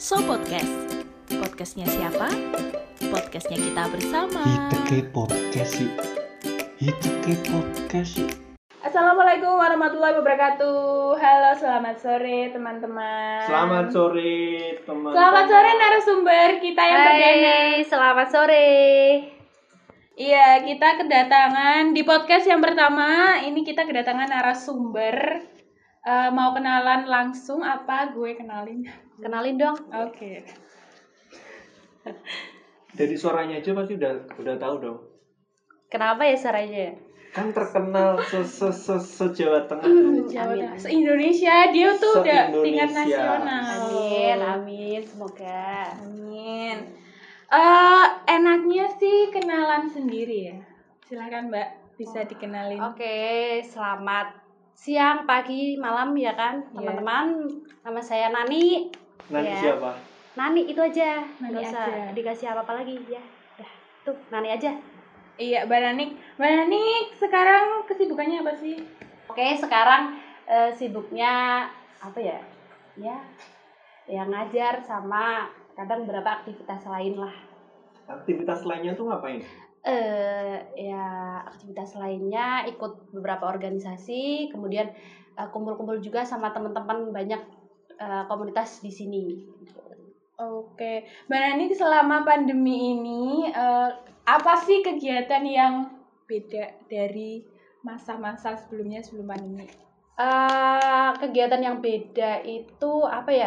So Podcast. Podcastnya siapa? Podcastnya kita bersama. Hiteke podcast sih. Hiteke podcast sih. Assalamualaikum warahmatullahi wabarakatuh. Halo, selamat sore teman-teman. Selamat sore teman. Selamat sore narasumber kita yang perdana. Selamat sore. Iya, kita kedatangan di podcast yang pertama. Ini kita kedatangan narasumber. Mau kenalan langsung apa gue kenalin? Kenalin dong. Oke. Dari suaranya aja pasti udah tahu dong. Kenapa ya suaranya? Kan terkenal se-Jawa Tengah. Jawa Amin. Tengah. Se-Indonesia dia tuh udah tingkat Se-Indonesia. nasional. Amin, semoga. Amin. Enaknya sih kenalan sendiri ya. Silakan Mbak, bisa dikenalin. Oke, selamat siang, pagi, malam ya kan, teman-teman. Nama saya Nani. Nanti Ya. siapa? Nani itu aja. Nani Nggak usah aja. dikasih apa-apa lagi ya. Dah, tuh Nani aja. Iya, Mbak Nanik. Mbak Nanik sekarang kesibukannya apa sih? Oke, sekarang sibuknya apa ya? Ya ngajar sama kadang beberapa aktivitas lain lah. Aktivitas lainnya tuh ngapain? Ya aktivitas lainnya ikut beberapa organisasi, kemudian kumpul-kumpul juga sama teman-teman banyak komunitas di sini. Oke. Mbak Nanik selama pandemi ini apa sih kegiatan yang beda dari masa-masa sebelumnya sebelum pandemi? Kegiatan yang beda itu apa ya?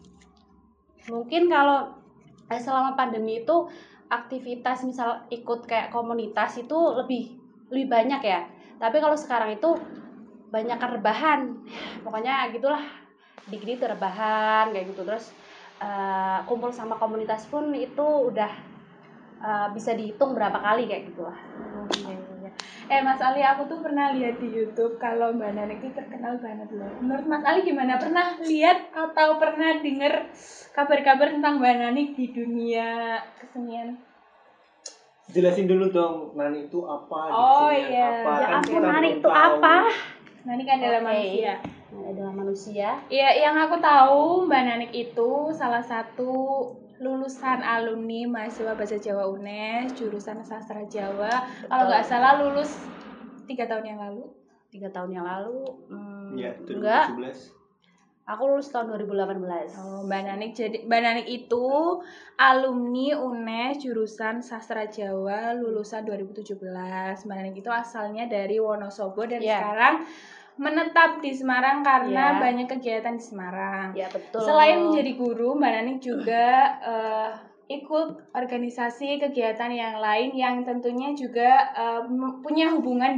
Mungkin kalau selama pandemi itu aktivitas misal ikut kayak komunitas itu lebih banyak ya. Tapi kalau sekarang itu banyak rebahan. Pokoknya gitulah. Dikit itu rebahan kayak gitu. Terus kumpul sama komunitas pun itu udah bisa dihitung berapa kali kayak gitulah. Mas Ali, aku tuh pernah lihat di YouTube kalau Mbak Nanik itu terkenal banget loh. Menurut Mas Ali gimana? Pernah lihat atau pernah dengar kabar-kabar tentang Mbak Nanik di dunia kesenian? Jelasin dulu dong, Nani itu apa? Oh, kesenian iya. apa? Ya Kan ampun, kita Nani belum itu tahu. apa? Nanik adalah Oke. manusia. Adalah manusia. Iya, yang aku tahu Mbak Nanik itu salah satu lulusan alumni mahasiswa Bahasa Jawa UNES jurusan Sastra Jawa. Kalau nggak salah lulus 3 tahun yang lalu. 3 tahun yang lalu. Iya, Enggak. 2017. Aku lulus tahun 2018. Oh, Mbak Nanik itu alumni UNES jurusan Sastra Jawa lulusan 2017. Mbak Nanik itu asalnya dari Wonosobo dan Iya. sekarang menetap di Semarang karena Iya. banyak kegiatan di Semarang. Ya betul. Selain menjadi guru, Mbak Nanik juga ikut organisasi kegiatan yang lain yang tentunya juga punya hubungan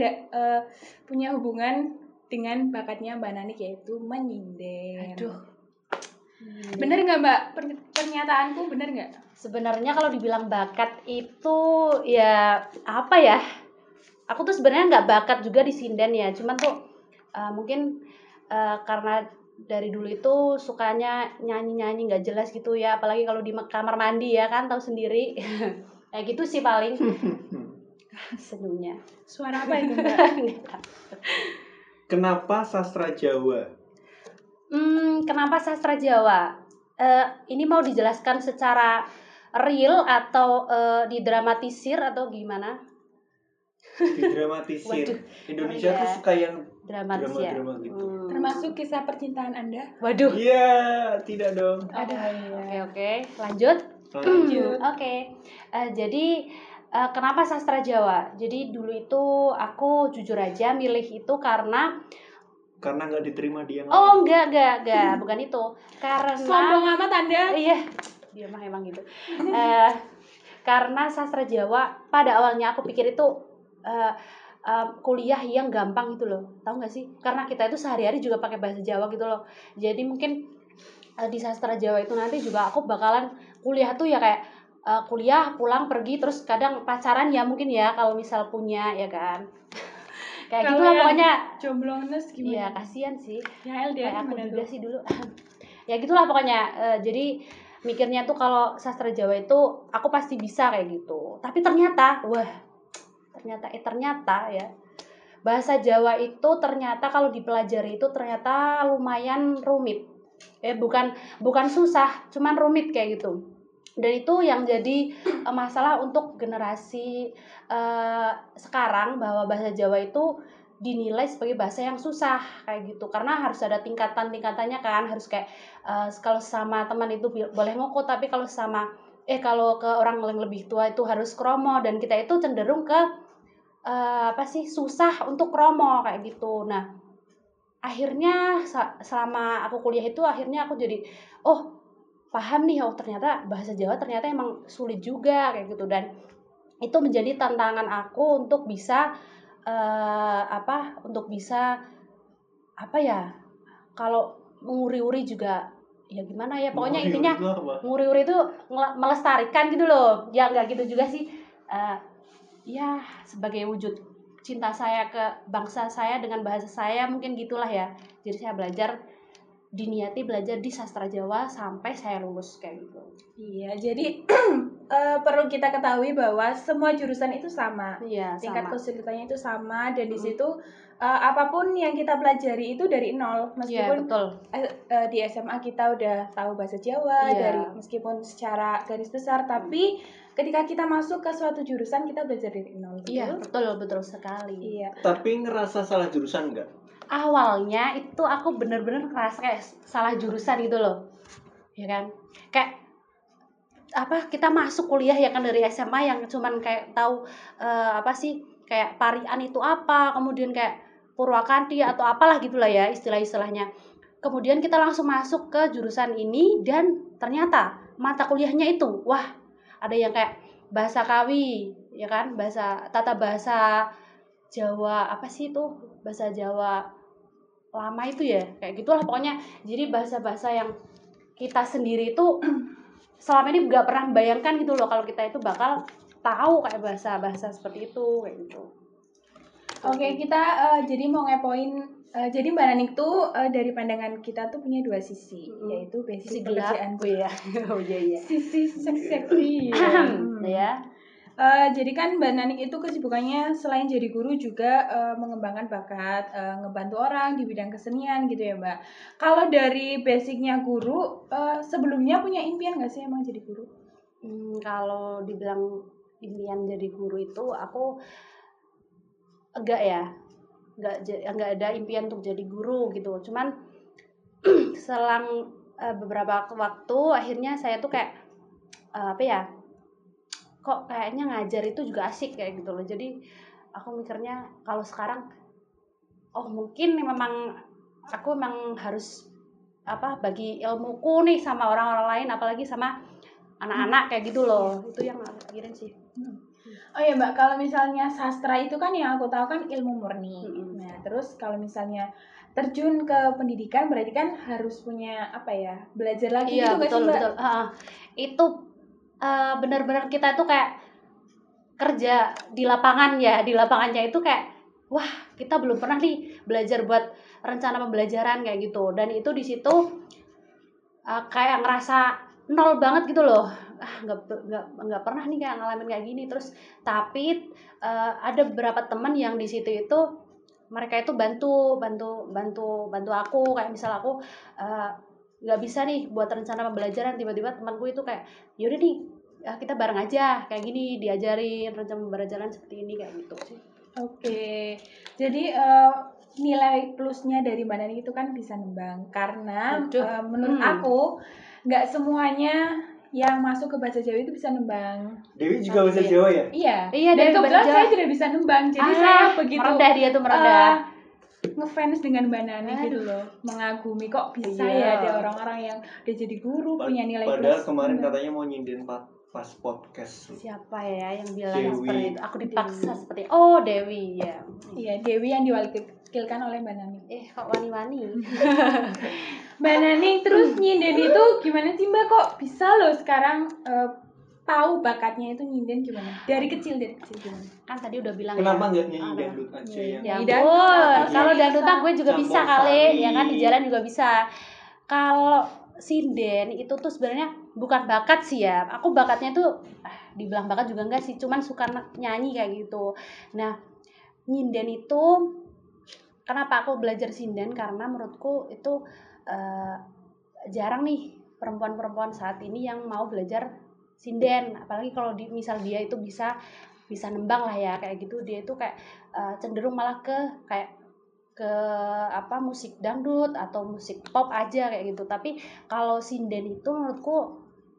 dengan bakatnya Mbak Nanik, yaitu menyinden. Aduh. Bener nggak Mbak? Pernyataanku bener nggak? Sebenarnya kalau dibilang bakat itu ya apa ya? Aku tuh sebenarnya nggak bakat juga di sinden ya. Cuman tuh mungkin karena dari dulu itu sukanya nyanyi-nyanyi nggak jelas gitu ya. Apalagi kalau di kamar mandi ya kan, tahu sendiri. Kayak gitu sih paling. Senyumnya. Suara apa itu Mbak? Kenapa sastra Jawa? Kenapa sastra Jawa? Ini mau dijelaskan secara real atau didramatisir atau gimana? Didramatisir. Waduh. Indonesia Iya. tuh suka yang Dramatis ya. drama-drama gitu. Termasuk kisah percintaan Anda? Waduh. Iya, tidak dong. Oke. Lanjut. Lanjut. Oke. Jadi kenapa sastra Jawa? Jadi dulu itu aku jujur aja milih itu karena Karena nggak diterima dia. enggak, bukan itu. Karena Sombong amat Anda. iya, dia mah emang gitu. Karena sastra Jawa pada awalnya aku pikir itu kuliah yang gampang gitu loh, tahu nggak sih? Karena kita itu sehari-hari juga pakai bahasa Jawa gitu loh. Jadi mungkin di sastra Jawa itu nanti juga aku bakalan kuliah tuh ya kayak kuliah pulang pergi terus kadang pacaran ya mungkin ya kalau misal punya ya kan. Kayak gitu lah pokoknya. Jomblones Iya gimana? kasihan sih. Ya LDR Kayak aku gimana juga tuh? sih dulu. Ya gitulah pokoknya. Jadi mikirnya tuh kalau sastra Jawa itu aku pasti bisa kayak gitu. Tapi ternyata ya bahasa Jawa itu ternyata kalau dipelajari itu ternyata lumayan rumit. bukan susah, cuman rumit kayak gitu. Dan itu yang jadi masalah untuk generasi sekarang, bahwa bahasa Jawa itu dinilai sebagai bahasa yang susah kayak gitu, karena harus ada tingkatannya kan, harus kayak kalau sama teman itu boleh ngoko, tapi kalau ke orang yang lebih tua itu harus kromo, dan kita itu cenderung ke susah untuk kromo kayak gitu. Nah, akhirnya selama aku kuliah itu akhirnya aku jadi paham nih, ternyata bahasa Jawa ternyata emang sulit juga kayak gitu, dan itu menjadi tantangan aku untuk bisa kalau menguri-uri juga ya gimana ya, pokoknya intinya nguri-uri itu melestarikan gitu loh, ya nggak gitu juga sih, ya sebagai wujud cinta saya ke bangsa saya dengan bahasa saya, mungkin gitulah ya. Jadi saya diniati belajar di sastra Jawa sampai saya lulus kayak gitu. Iya, jadi perlu kita ketahui bahwa semua jurusan itu sama. Iya, tingkat sama. kesulitannya itu sama, dan di situ apapun yang kita pelajari itu dari nol. Meskipun betul. Di SMA kita udah tahu bahasa Jawa, meskipun secara garis besar, tapi ketika kita masuk ke suatu jurusan kita belajar dari nol. Iya, betul sekali. Iya. Tapi ngerasa salah jurusan nggak? Awalnya itu aku bener-bener ngerasa kayak salah jurusan gitu loh, ya kan, kayak kita masuk kuliah ya kan dari SMA yang cuman kayak tahu kayak parian itu apa, kemudian kayak Purwakanti atau apalah gitulah ya istilah-istilahnya. Kemudian kita langsung masuk ke jurusan ini, dan ternyata mata kuliahnya itu ada yang kayak bahasa Kawi, ya kan, tata bahasa Jawa, bahasa Jawa lama itu ya, kayak gitulah pokoknya. Jadi bahasa-bahasa yang kita sendiri itu selama ini nggak pernah membayangkan gitu loh, kalau kita itu bakal tahu kayak bahasa-bahasa seperti itu kayak gitu. Oke, kita jadi mau ngepoin, jadi Mbak Nanik tuh dari pandangan kita tuh punya dua sisi, yaitu basic pekerjaan. Sisi seksi. Ya. Jadi kan Mbak Nanik itu kesibukannya selain jadi guru juga mengembangkan bakat, ngebantu orang di bidang kesenian gitu ya Mbak. Kalau dari basicnya guru, sebelumnya punya impian nggak sih emang jadi guru? Kalau dibilang impian jadi guru itu aku nggak ada impian untuk jadi guru gitu. Cuman selang beberapa waktu akhirnya saya tuh kayak kok kayaknya ngajar itu juga asik kayak gitu loh. Jadi aku mikirnya kalau sekarang mungkin memang aku memang harus bagi ilmuku nih sama orang-orang lain, apalagi sama anak-anak kayak gitu loh. Itu yang aku pikirin sih. Oh ya Mbak, kalau misalnya sastra itu kan yang aku tahu kan ilmu murni. Nah, terus kalau misalnya terjun ke pendidikan berarti kan harus punya belajar lagi gitu nggak sih Mbak? Betul. Itu benar-benar kita tuh kayak kerja di lapangan ya, di lapangannya itu kayak kita belum pernah nih belajar buat rencana pembelajaran kayak gitu, dan itu di situ kayak ngerasa nol banget gitu loh, nggak pernah nih kayak ngalamin kayak gini. Terus tapi ada beberapa teman yang di situ itu mereka itu bantu aku, kayak misal aku nggak bisa nih buat rencana pembelajaran, tiba-tiba temanku itu kayak yaudah nih kita bareng aja kayak gini, diajarin rencana pembelajaran seperti ini kayak gitu sih. Oke, jadi nilai plusnya dari Mbak Nani itu kan bisa nembang, karena menurut aku nggak semuanya yang masuk ke bahasa Jawa itu bisa nembang. Dewi juga bahasa Jawa ya? Iya. Dan kebetulan saya tidak bisa nembang, jadi saya begitu merendah dia tuh merendah. Ngefans dengan Mbak Nani gitu loh, mengagumi kok bisa ya ada orang-orang yang udah jadi guru punya nilai plus. Padahal kemarin katanya mau nyindir pas podcast. Siapa ya yang bilang Dewi. seperti itu? Aku dipaksa seperti Dewi ya. Iya, Dewi yang diwakilkan oleh Mbak Nani. Kok wani-wani. Mbak Nani terus nyinden itu gimana sih Mbak, kok bisa loh sekarang tahu bakatnya itu nyinden gimana? Dari kecil gimana? Kan tadi udah bilang kenapa nggak nyanyi dangdut aja ya? Kalau dangdutan gue juga bisa kali, ya kan, di jalan juga bisa. Kalau sinden itu tuh sebenarnya bukan bakat sih ya. Aku bakatnya tuh dibilang bakat juga enggak sih, cuman suka nyanyi kayak gitu. Nah, nyinden itu kenapa aku belajar sinden, karena menurutku itu jarang nih perempuan-perempuan saat ini yang mau belajar sinden, apalagi kalau misal dia itu bisa nembang lah ya kayak gitu. Dia itu kayak cenderung malah ke kayak ke musik dangdut atau musik pop aja kayak gitu. Tapi kalau sinden itu menurutku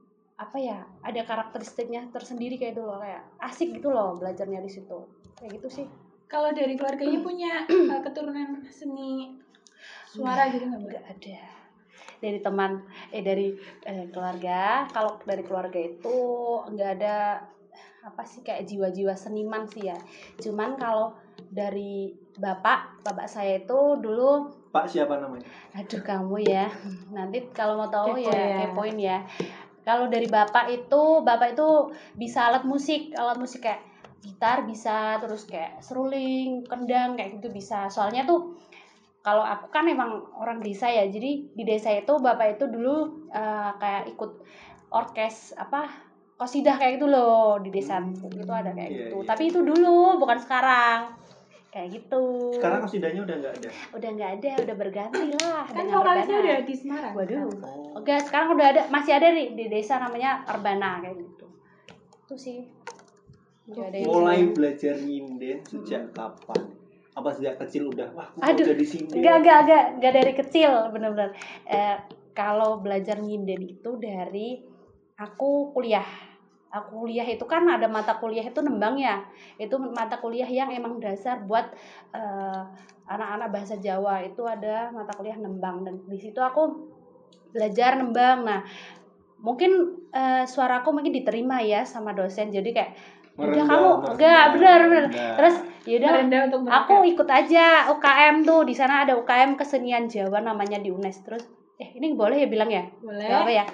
ada karakteristiknya tersendiri kayak gitu loh, kayak asik gitu loh belajarnya di situ kayak gitu sih. Kalau dari keluarganya punya keturunan seni suara gitu nggak ada dari teman dari keluarga. Kalau dari keluarga itu nggak ada kayak jiwa-jiwa seniman sih ya. Cuman kalau dari bapak saya itu dulu. Pak siapa namanya? Aduh kamu ya, nanti kalau mau tahu kepoin ya. Kalau dari bapak itu bisa alat musik kayak gitar bisa, terus kayak seruling, kendang kayak gitu bisa. Soalnya tuh kalau aku kan emang orang desa ya, jadi di desa itu bapak itu dulu kayak ikut orkes qosidah kayak gitu loh di desa itu ada kayak gitu. Iya. Tapi itu dulu bukan sekarang kayak gitu. Sekarang qosidahnya udah nggak ada, udah berganti lah. Kan vokalisnya udah di Semarang. Waduh, enggak, sekarang udah ada, masih ada nih di desa namanya Arbana kayak gitu. Itu sih. Mulai belajar nyinden sejak kapan? Apa sejak kecil udah aku mau jadi sinden? Enggak dari kecil benar-benar. Kalau belajar nyinden itu dari aku kuliah itu kan ada mata kuliah itu nembang ya. Itu mata kuliah yang emang dasar buat anak-anak bahasa Jawa. Itu ada mata kuliah nembang, dan di situ aku belajar nembang. Nah, mungkin suaraku mungkin diterima ya sama dosen. Jadi kayak udah kamu enggak benar. Terus yaudah aku ikut aja UKM tuh. Di sana ada UKM kesenian Jawa namanya di UNES. Terus ini boleh ya bilang ya? Boleh. Gak apa ya?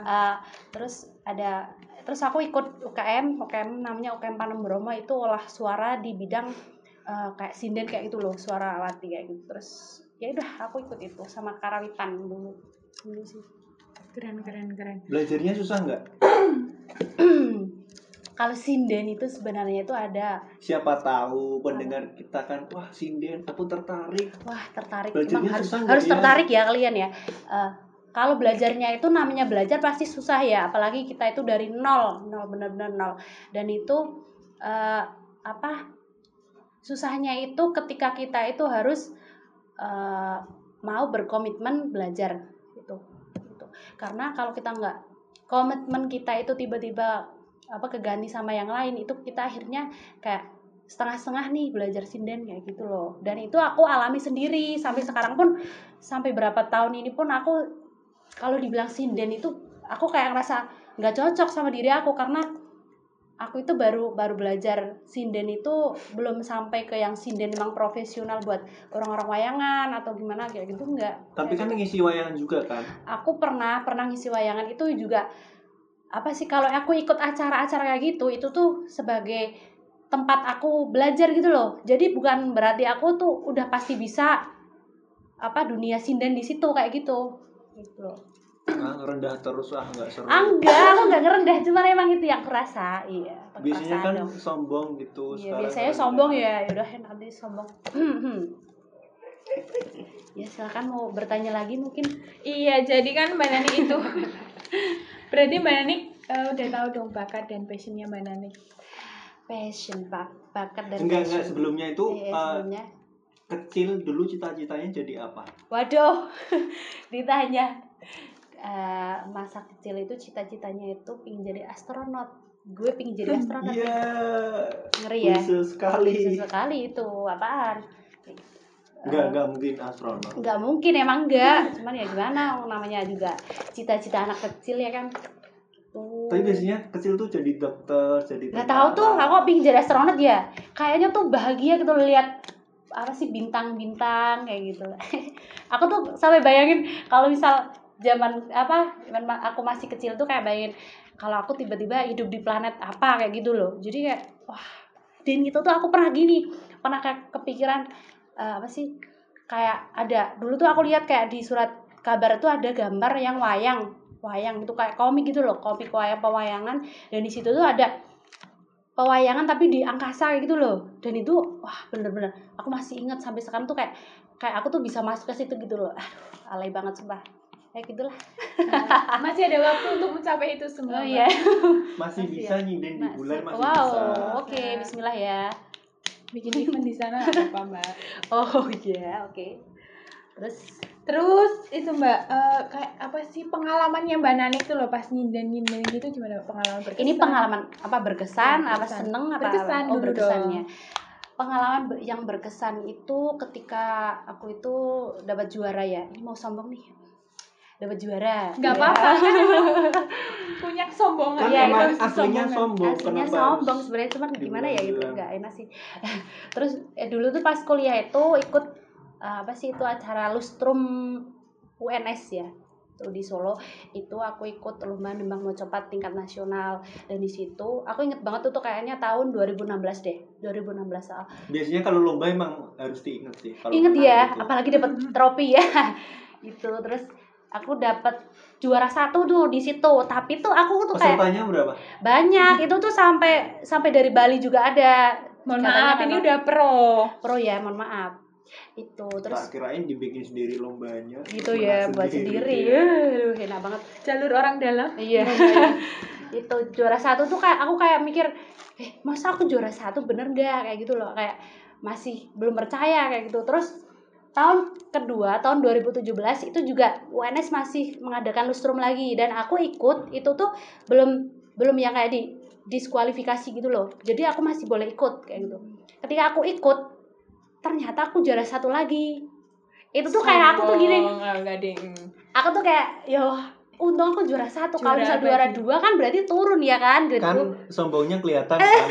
Terus aku ikut UKM namanya UKM Panem Bromo. Itu olah suara di bidang kayak sinden kayak gitu loh, suara lati kayak gitu. Terus ya udah aku ikut itu sama karawitan dulu sih. Keren. Belajarnya susah nggak? Kalau sinden itu sebenarnya itu ada. Siapa tahu pendengar kita kan, wah sinden, aku tertarik. Wah tertarik. Belajarnya Emang harus tertarik ya kalian ya. Kalau belajarnya itu namanya belajar pasti susah ya, apalagi kita itu dari nol benar-benar nol. Dan itu susahnya itu ketika kita itu harus mau berkomitmen belajar gitu. Karena kalau kita nggak komitmen, kita itu tiba-tiba keganti sama yang lain, itu kita akhirnya kayak setengah-setengah nih belajar sinden kayak gitu loh. Dan itu aku alami sendiri sampai sekarang pun, sampai berapa tahun ini pun aku kalau dibilang sinden itu aku kayak ngerasa nggak cocok sama diri aku, karena aku itu baru belajar sinden itu belum sampai ke yang sinden memang profesional buat orang-orang wayangan atau gimana kayak gitu, enggak. Tapi kan ngisi wayangan juga kan? Aku pernah ngisi wayangan itu juga. Kalau aku ikut acara-acara kayak gitu, itu tuh sebagai tempat aku belajar gitu loh. Jadi bukan berarti aku tuh udah pasti bisa dunia sinden di situ kayak gitu loh. Ngerendah terus nggak seru. Enggak, aku nggak ngerendah, cuma emang itu yang kerasa. Iya. Biasanya kan dong. sombong gitu. Iya, biasanya sombong ya. Yaudah nanti sombong. Ya silakan mau bertanya lagi mungkin. Iya, jadi kan Mbak Nani itu berarti Mbak Nani udah tahu dong bakat dan passionnya Mbak Nani. Passion, bakat dan enggak passion. Sebelumnya itu sebelumnya kecil dulu cita-citanya jadi apa? Waduh, ditanya masa kecil itu cita-citanya itu pingin jadi astronot. Gue pingin jadi astronot. Iya. Ngeri ya. Khusus sekali itu apaan? Enggak mungkin astronot. Enggak mungkin, emang enggak. Cuman ya gimana, namanya juga cita-cita anak kecil ya kan. Tapi biasanya kecil tuh jadi dokter, jadi nggak tahu tuh, aku pingin jadi astronot ya. Kayaknya tuh bahagia gitu lihat bintang-bintang kayak gitu. Aku tuh sampai bayangin kalau misal zaman aku masih kecil tuh kayak bayangin kalau aku tiba-tiba hidup di planet apa kayak gitu loh. Jadi kayak wah, dan gitu tuh aku pernah kayak kepikiran kayak ada dulu tuh aku lihat kayak di surat kabar tuh ada gambar yang wayang itu kayak komik gitu loh, komik pewayangan, dan di situ tuh ada pewayangan tapi di angkasa gitu loh. Dan itu wah bener-bener aku masih ingat sampai sekarang tuh kayak aku tuh bisa masuk ke situ gitu loh. Aduh, alay banget sumpah. gitulah. Masih ada waktu untuk mencapai itu semua. Oh iya. Masih bisa nyinden di bulan, masih wow, bisa. oke, bismillah ya. Bikin event di sana apa Mbak? Oh iya, oke. Terus itu Mbak, kayak apa sih pengalamannya Mbak Nani itu loh pas nyinden gitu gimana pengalaman berkesan? Ini pengalaman apa berkesan, Ya, apa seneng apa? Berkesan Oh, dulu berkesannya. dong. Pengalaman yang berkesan itu ketika aku itu dapat juara ya. Ini mau sombong nih. Dapat juara. Nggak Ya. apa-apa kan emang punya kesombongan. Kan Iya, emang itu aslinya sombong. Aslinya Kenapa sombong harus sebenarnya, cuman gimana ya gitu, dibilang-bilang? nggak enak sih. Terus dulu tuh pas kuliah itu ikut apa sih itu acara lustrum UNS ya. Tuh di Solo itu aku ikut lomba nembang mocopat tingkat nasional, dan di situ aku inget banget tuh kayaknya tahun 2016 deh. 2016 soal. Biasanya kalau lomba emang harus diinget sih. Kalau Inget menang ya, gitu. apalagi dapat trofi ya. Gitu. Terus aku dapat juara 1 tuh di situ. Tapi tuh aku tuh kayak pesertanya berapa? banyak. Itu tuh sampai dari Bali juga ada. Mohon Katanya maaf, kan ini udah pro ya, mohon maaf. Itu terus Tak kirain dibikin sendiri lombanya. gitu ya, buat sendiri. Dia. Enak banget. jalur orang dalam. Iya. Itu juara 1 tuh kayak aku kayak mikir, masa aku juara 1 bener nggak, kayak gitu loh, kayak masih belum percaya kayak gitu. Terus tahun kedua, tahun 2017 itu juga UNS masih mengadakan lustrum lagi, dan aku ikut itu tuh belum yang kayak diskualifikasi gitu loh. Jadi aku masih boleh ikut kayak gitu. Ketika aku ikut, ternyata aku juara 1 lagi. Itu tuh kayak aku tuh gini. Aku tuh kayak, untung aku juara 1. Kalau misal juara 2 kan berarti turun ya kan gitu. Kan sombongnya kelihatan kan.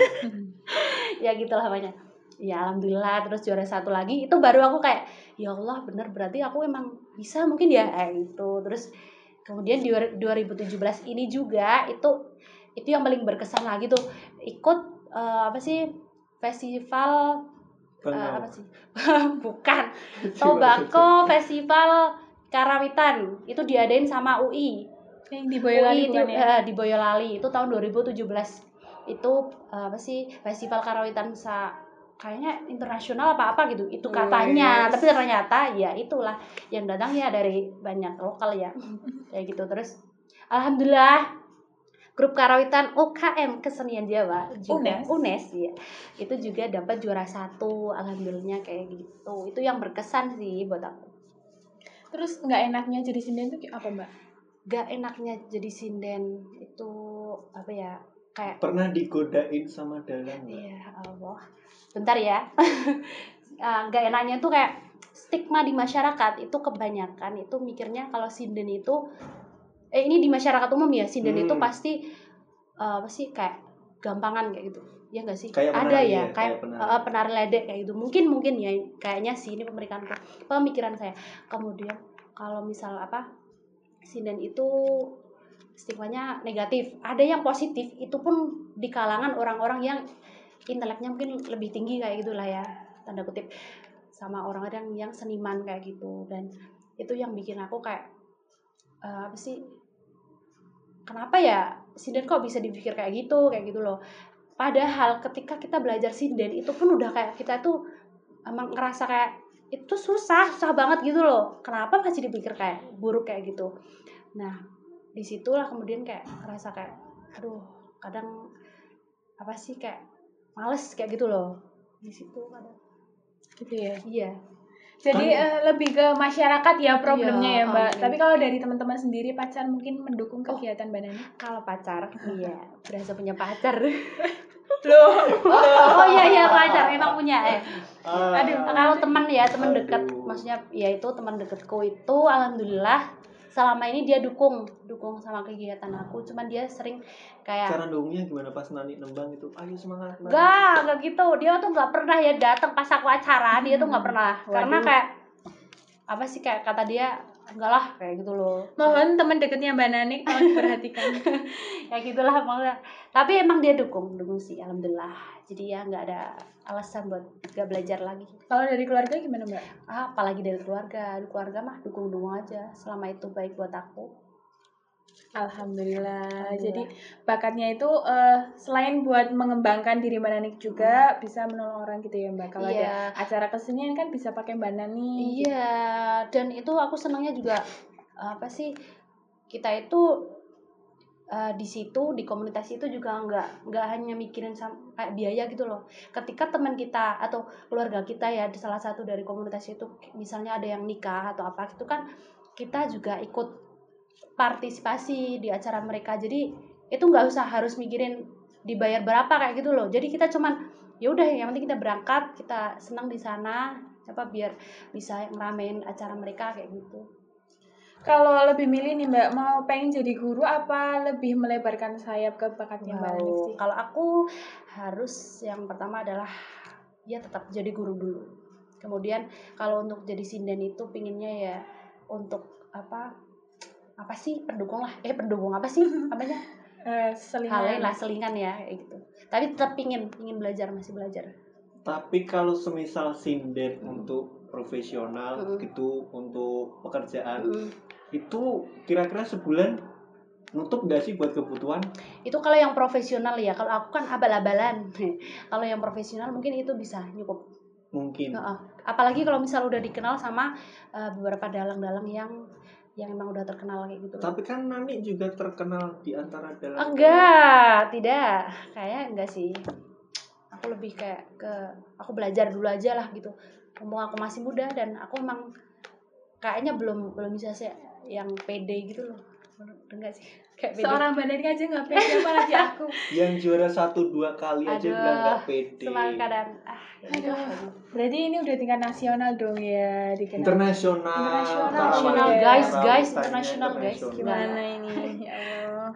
Ya gitulah banyak. Ya alhamdulillah, terus juara 1 lagi itu baru aku kayak, ya Allah bener, berarti aku emang bisa mungkin ya itu. Terus kemudian di 2017 ini juga itu yang paling berkesan lagi tuh, ikut apa sih festival apa sih bukan Tobacco Festival Karawitan, itu diadain sama UI Yang di Boyolali bukan ya? di Boyolali itu tahun 2017. Itu apa sih festival karawitan kayaknya internasional apa gitu itu katanya. Tapi ternyata ya itulah yang datang ya dari banyak lokal ya kayak gitu. Terus alhamdulillah grup karawitan UKM Kesenian Jawa juga UNES ya, itu juga dapat juara 1, alhamdulillahnya kayak gitu. Itu yang berkesan sih buat aku. Terus nggak enaknya jadi sinden itu apa Mbak? Gak enaknya jadi sinden itu apa ya, kayak pernah digodain sama dalang nggak? Iya Allah, bentar ya. Gak enaknya tuh kayak stigma di masyarakat itu kebanyakan itu mikirnya kalau sinden itu ini di masyarakat umum ya, sinden itu pasti apa sih kayak gampangan kayak gitu ya nggak sih? Kayak ada ya kayak penari ledek kayak gitu, mungkin ya kayaknya sih, ini pemikiran saya. Kemudian kalau misal apa sinden itu stigmanya negatif, ada yang positif, itu pun di kalangan orang-orang yang inteleknya mungkin lebih tinggi kayak gitulah ya, tanda kutip, sama orang-orang yang seniman kayak gitu. Dan itu yang bikin aku kayak apa sih, kenapa ya sinden kok bisa dipikir kayak gitu loh. Padahal ketika kita belajar sinden itu pun udah kayak kita tuh emang ngerasa kayak itu susah banget gitu loh, kenapa masih dipikir kayak buruk kayak gitu. Nah disitulah kemudian kayak ngerasa kayak aduh, kadang apa sih kayak males kayak gitu loh di situ kadang gitu ya. Iya. Jadi lebih ke masyarakat ya problemnya ya Mbak. Okay. Tapi kalau dari teman-teman sendiri, pacar mungkin mendukung kegiatan Mbak Nani? Kalau pacar, iya, berasa punya pacar. Loh. Oh iya pacar emang punya Aduh. Kalau teman dekat, maksudnya ya itu teman dekatku itu alhamdulillah selama ini dia dukung sama kegiatan aku. Cuman dia sering kayak cara dukungnya gimana pas Nani nembang itu, ayo semangat Nani. Enggak gitu, dia tuh nggak pernah ya datang pas aku acara, dia tuh nggak pernah. Karena kayak apa sih, kayak kata dia enggak lah kayak gitu loh. Mohon teman dekatnya Mbak Nani tolong diperhatikan. Kayak gitulah maksudnya. Tapi emang dia dukung sih alhamdulillah. Jadi ya nggak ada alasan buat nggak belajar lagi. Kalau dari keluarga gimana Mbak? Apalagi dari keluarga mah dukung aja selama itu baik buat aku. Alhamdulillah. Jadi bakatnya itu selain buat mengembangkan diri Mbak Nani juga bisa menolong orang gitu ya Mbak. Kalau ada acara kesenian kan bisa pakai Mbak Nani. Iya, dan itu aku senangnya juga apa sih, kita itu di situ di komunitas itu juga nggak hanya mikirin kayak biaya gitu loh. Ketika teman kita atau keluarga kita ya di salah satu dari komunitas itu misalnya ada yang nikah atau apa itu kan kita juga ikut partisipasi di acara mereka, jadi itu nggak usah harus mikirin dibayar berapa kayak gitu loh. Jadi kita cuman ya udah yang penting kita berangkat, kita senang di sana biar bisa ngeramein acara mereka kayak gitu. Kalau lebih milih nih Mbak, mau pengen jadi guru apa lebih melebarkan sayap ke bakatnya Mbak Nanik sih? Kalau aku harus yang pertama adalah ya tetap jadi guru dulu. Kemudian kalau untuk jadi sinden itu pinginnya ya untuk apa sih pendukung apa sih namanya? Selingan ya kayak gitu. Tapi tetap pingin masih belajar. Tapi kalau semisal sinden untuk profesional gitu, untuk pekerjaan itu kira-kira sebulan nutup nggak sih buat kebutuhan? Itu kalau yang profesional ya. Kalau aku kan abal-abalan. Kalau yang profesional mungkin itu bisa nyukup. Mungkin. Apalagi kalau misal udah dikenal sama beberapa dalang-dalang yang emang udah terkenal kayak gitu. Tapi kan Nani juga terkenal di antara dalang. Tidak. Kayaknya enggak sih. Aku lebih kayak aku belajar dulu aja lah gitu. Mumpung aku masih muda dan aku emang kayaknya belum bisa sih yang pede gitu loh. Enggak sih. Seorang Mbak Nanik aja nggak pede apalagi aku. Yang juara 1-2 kali aja bilang nggak pede. Kadang Berarti ini udah tingkat nasional dong ya, dikenal. Internasional guys, internasional guys. Gimana ini? Ya Allah.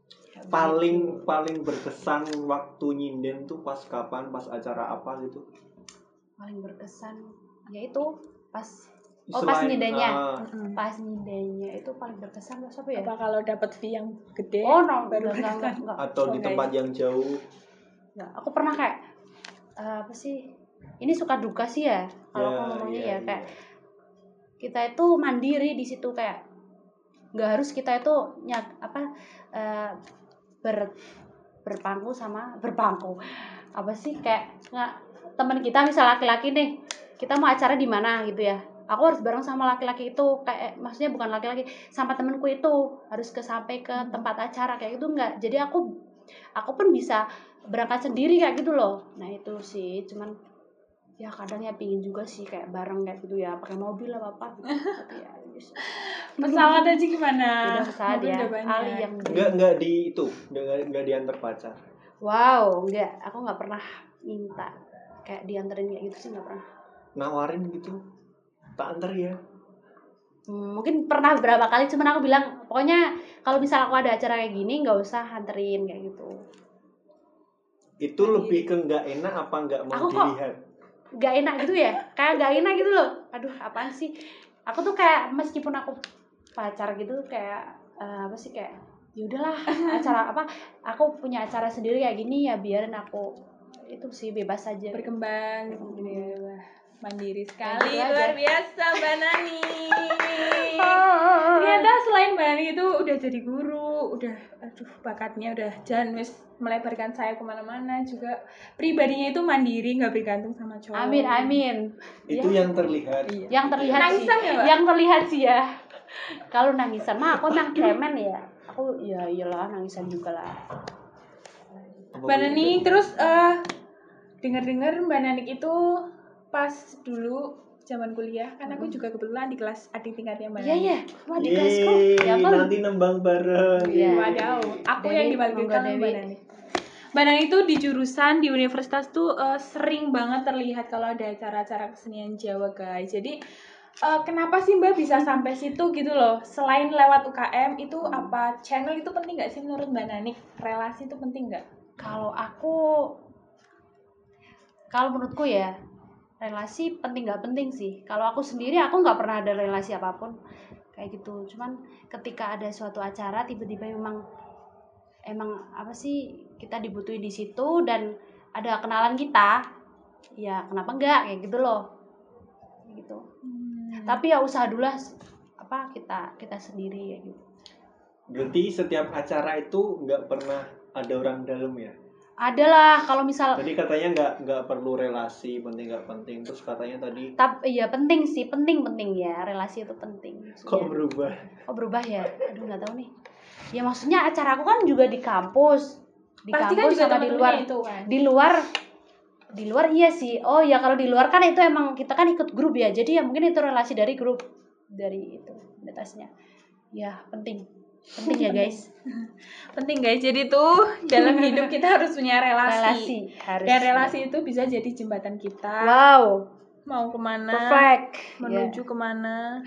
Paling berkesan waktu nyinden tuh pas kapan, pas acara apa gitu? Paling berkesan yaitu pas nyindennya. Pas nyindennya itu paling berkesan apa ya? Apa kalau dapat fee yang gede? Baru enggak. Atau di tempat yang jauh? Enggak, aku pernah kayak apa sih? Ini suka duka sih ya. Kalau aku ngomongnya kayak kita itu mandiri di situ, kayak nggak harus kita itu berpangku apa sih, kayak nggak teman kita misal laki-laki nih, kita mau acara di mana gitu ya, aku harus bareng sama laki-laki itu, kayak maksudnya bukan laki-laki, sama temanku itu harus sampai ke tempat acara kayak gitu, enggak. Jadi aku pun bisa berangkat sendiri kayak gitu loh. Nah itu sih, cuman ya kadang ya pingin juga sih kayak bareng kayak gitu ya, pakai mobil apa gitu. Tapi ya pesawat aja gimana? Udah pesawat ya. Ali yang enggak di itu, enggak diantar pacar. Wow, enggak, aku nggak pernah minta kayak dianterin kayak gitu sih, nggak pernah. Nawarin gitu, tak antar ya. Mungkin pernah beberapa kali, cuman aku bilang pokoknya kalau misal aku ada acara kayak gini nggak usah anterin kayak gitu. Itu lebih ke nggak enak apa nggak mau dilihat? Nggak enak gitu ya, kayak nggak enak gitu loh. Aduh, apaan sih? Aku tuh kayak meskipun aku pacar gitu kayak apa sih, kayak ya udahlah acara apa, aku punya acara sendiri kayak gini ya biarin aku itu sih bebas aja berkembang gitu ya. Wah, mandiri sekali, luar biasa Mbak Nani. Ternyata selain Mbak Nani itu udah jadi guru, udah bakatnya udah jalan wis melebarkan saya kemana-mana, juga pribadinya itu mandiri, nggak bergantung sama cowok. Amin. Itu ya, yang terlihat. Yang terlihat nangisan sih. Ya, Pak? Yang terlihat sih ya. Kalau nangisan mah aku emang cemen ya. Aku ya iyalah nangisan juga lah. Mbak Nani terus dengar-dengar Mbak Nanik itu pas dulu zaman kuliah, kan aku juga kebetulan di kelas adik tingkatnya Mbak Nani. Iya. Wah, di kelasku. Ya nanti nembang bareng. Iya. Waduh, aku yang dipanggilkan Mbak Nani. Mbak Nani itu di jurusan di universitas tuh sering banget terlihat kalau ada acara-acara kesenian Jawa, guys. Jadi kenapa sih Mbak bisa sampai situ gitu loh? Selain lewat UKM itu apa channel itu penting nggak sih menurut Mbak Nani? Relasi itu penting nggak? Kalau menurutku ya relasi penting nggak penting sih. Kalau aku sendiri aku nggak pernah ada relasi apapun kayak gitu. Cuman ketika ada suatu acara tiba-tiba emang apa sih kita dibutuhin di situ dan ada kenalan kita, ya kenapa enggak kayak gitu loh, gitu. Tapi ya usaha dulu apa kita sendiri ya gitu. Berarti setiap acara itu nggak pernah ada orang dalam ya? adalah kalau misal Tadi katanya nggak perlu relasi, penting nggak penting. Terus katanya tadi iya penting sih, penting ya, relasi itu penting. kok berubah? Oh berubah ya? Aduh nggak tahu nih. Ya maksudnya acara aku kan juga di kampus Pasti kan juga sama di luar. itu kan. Di luar iya sih. Oh ya kalau di luar kan itu emang kita kan ikut grup ya. Jadi ya mungkin itu relasi dari grup dari itu komunitasnya. Ya penting ya guys. Penting guys, jadi tuh dalam hidup kita harus punya relasi. Harus. Dan relasi itu bisa jadi jembatan kita. Wow. Mau kemana? Perfect. Menuju kemana?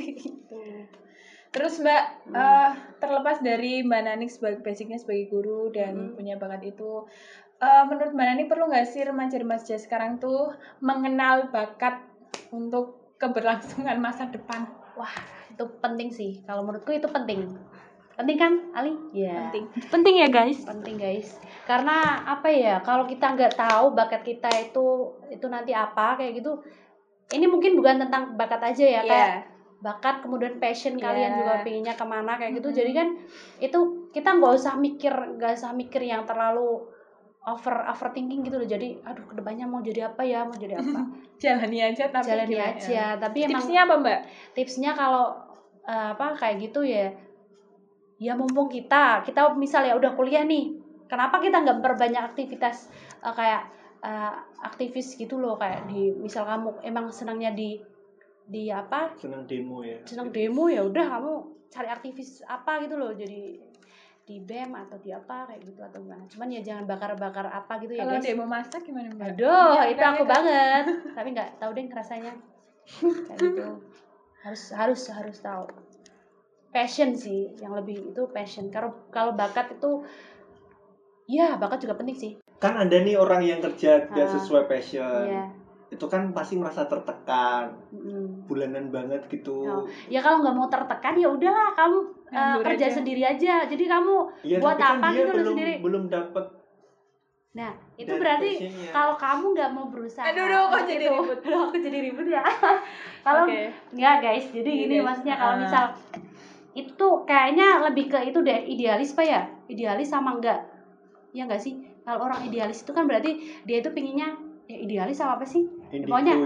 Terus Mbak, terlepas dari Mbak Nani sebagai basicnya sebagai guru dan punya bakat itu, menurut Mbak Nani perlu nggak sih remaja-remaja sekarang tuh mengenal bakat untuk keberlangsungan masa depan? Wah, itu penting sih. Kalau menurutku itu penting. Penting kan, Ali? Iya. Penting ya guys. Penting guys. Karena apa ya? Kalau kita nggak tahu bakat kita itu nanti apa kayak gitu. Ini mungkin bukan tentang bakat aja ya, kayak bakat kemudian passion kalian juga pengennya kemana kayak gitu. Jadi kan itu kita nggak usah mikir yang terlalu overthinking gitu loh. Jadi aduh kedepannya mau jadi apa ya, Jalani aja. Tapi emang tipsnya apa Mbak? Tipsnya kalau kayak gitu ya mumpung kita misal ya udah kuliah nih, kenapa kita nggak memperbanyak aktivitas kayak aktivis gitu loh, kayak di misal kamu emang senangnya di Senang demo ya. Senang demo ya udah kamu cari aktivis apa gitu loh, jadi di BEM atau di apa kayak gitu atau gimana. Cuman ya jangan bakar-bakar apa gitu ya guys. Kalau demo masak gimana Mbak? Aduh, itu aku banget. Tapi nggak tahu deh rasanya. Kayak gitu. Harus tahu. Passion sih, yang lebih itu passion. Kalau bakat itu ya bakat juga penting sih. Kan ada nih orang yang kerja gak sesuai passion. Iya. Itu kan pasti merasa tertekan. Bulanan banget gitu. Ya kalau nggak mau tertekan ya udahlah kamu kerja sendiri aja. Jadi kamu buat apa kan gitu belum, sendiri. Belum dapat. Nah, itu berarti kalau kamu nggak mau berusaha. Aduh, kok jadi ribut. Aku jadi ribut ya. Kalau nggak guys, jadi gini maksudnya kalau misal itu kayaknya lebih ke itu deh, idealis Pak ya? Idealis sama enggak? Ya enggak sih? Kalau orang idealis itu kan berarti dia itu pinginnya ya idealis sama apa sih? Pokoknya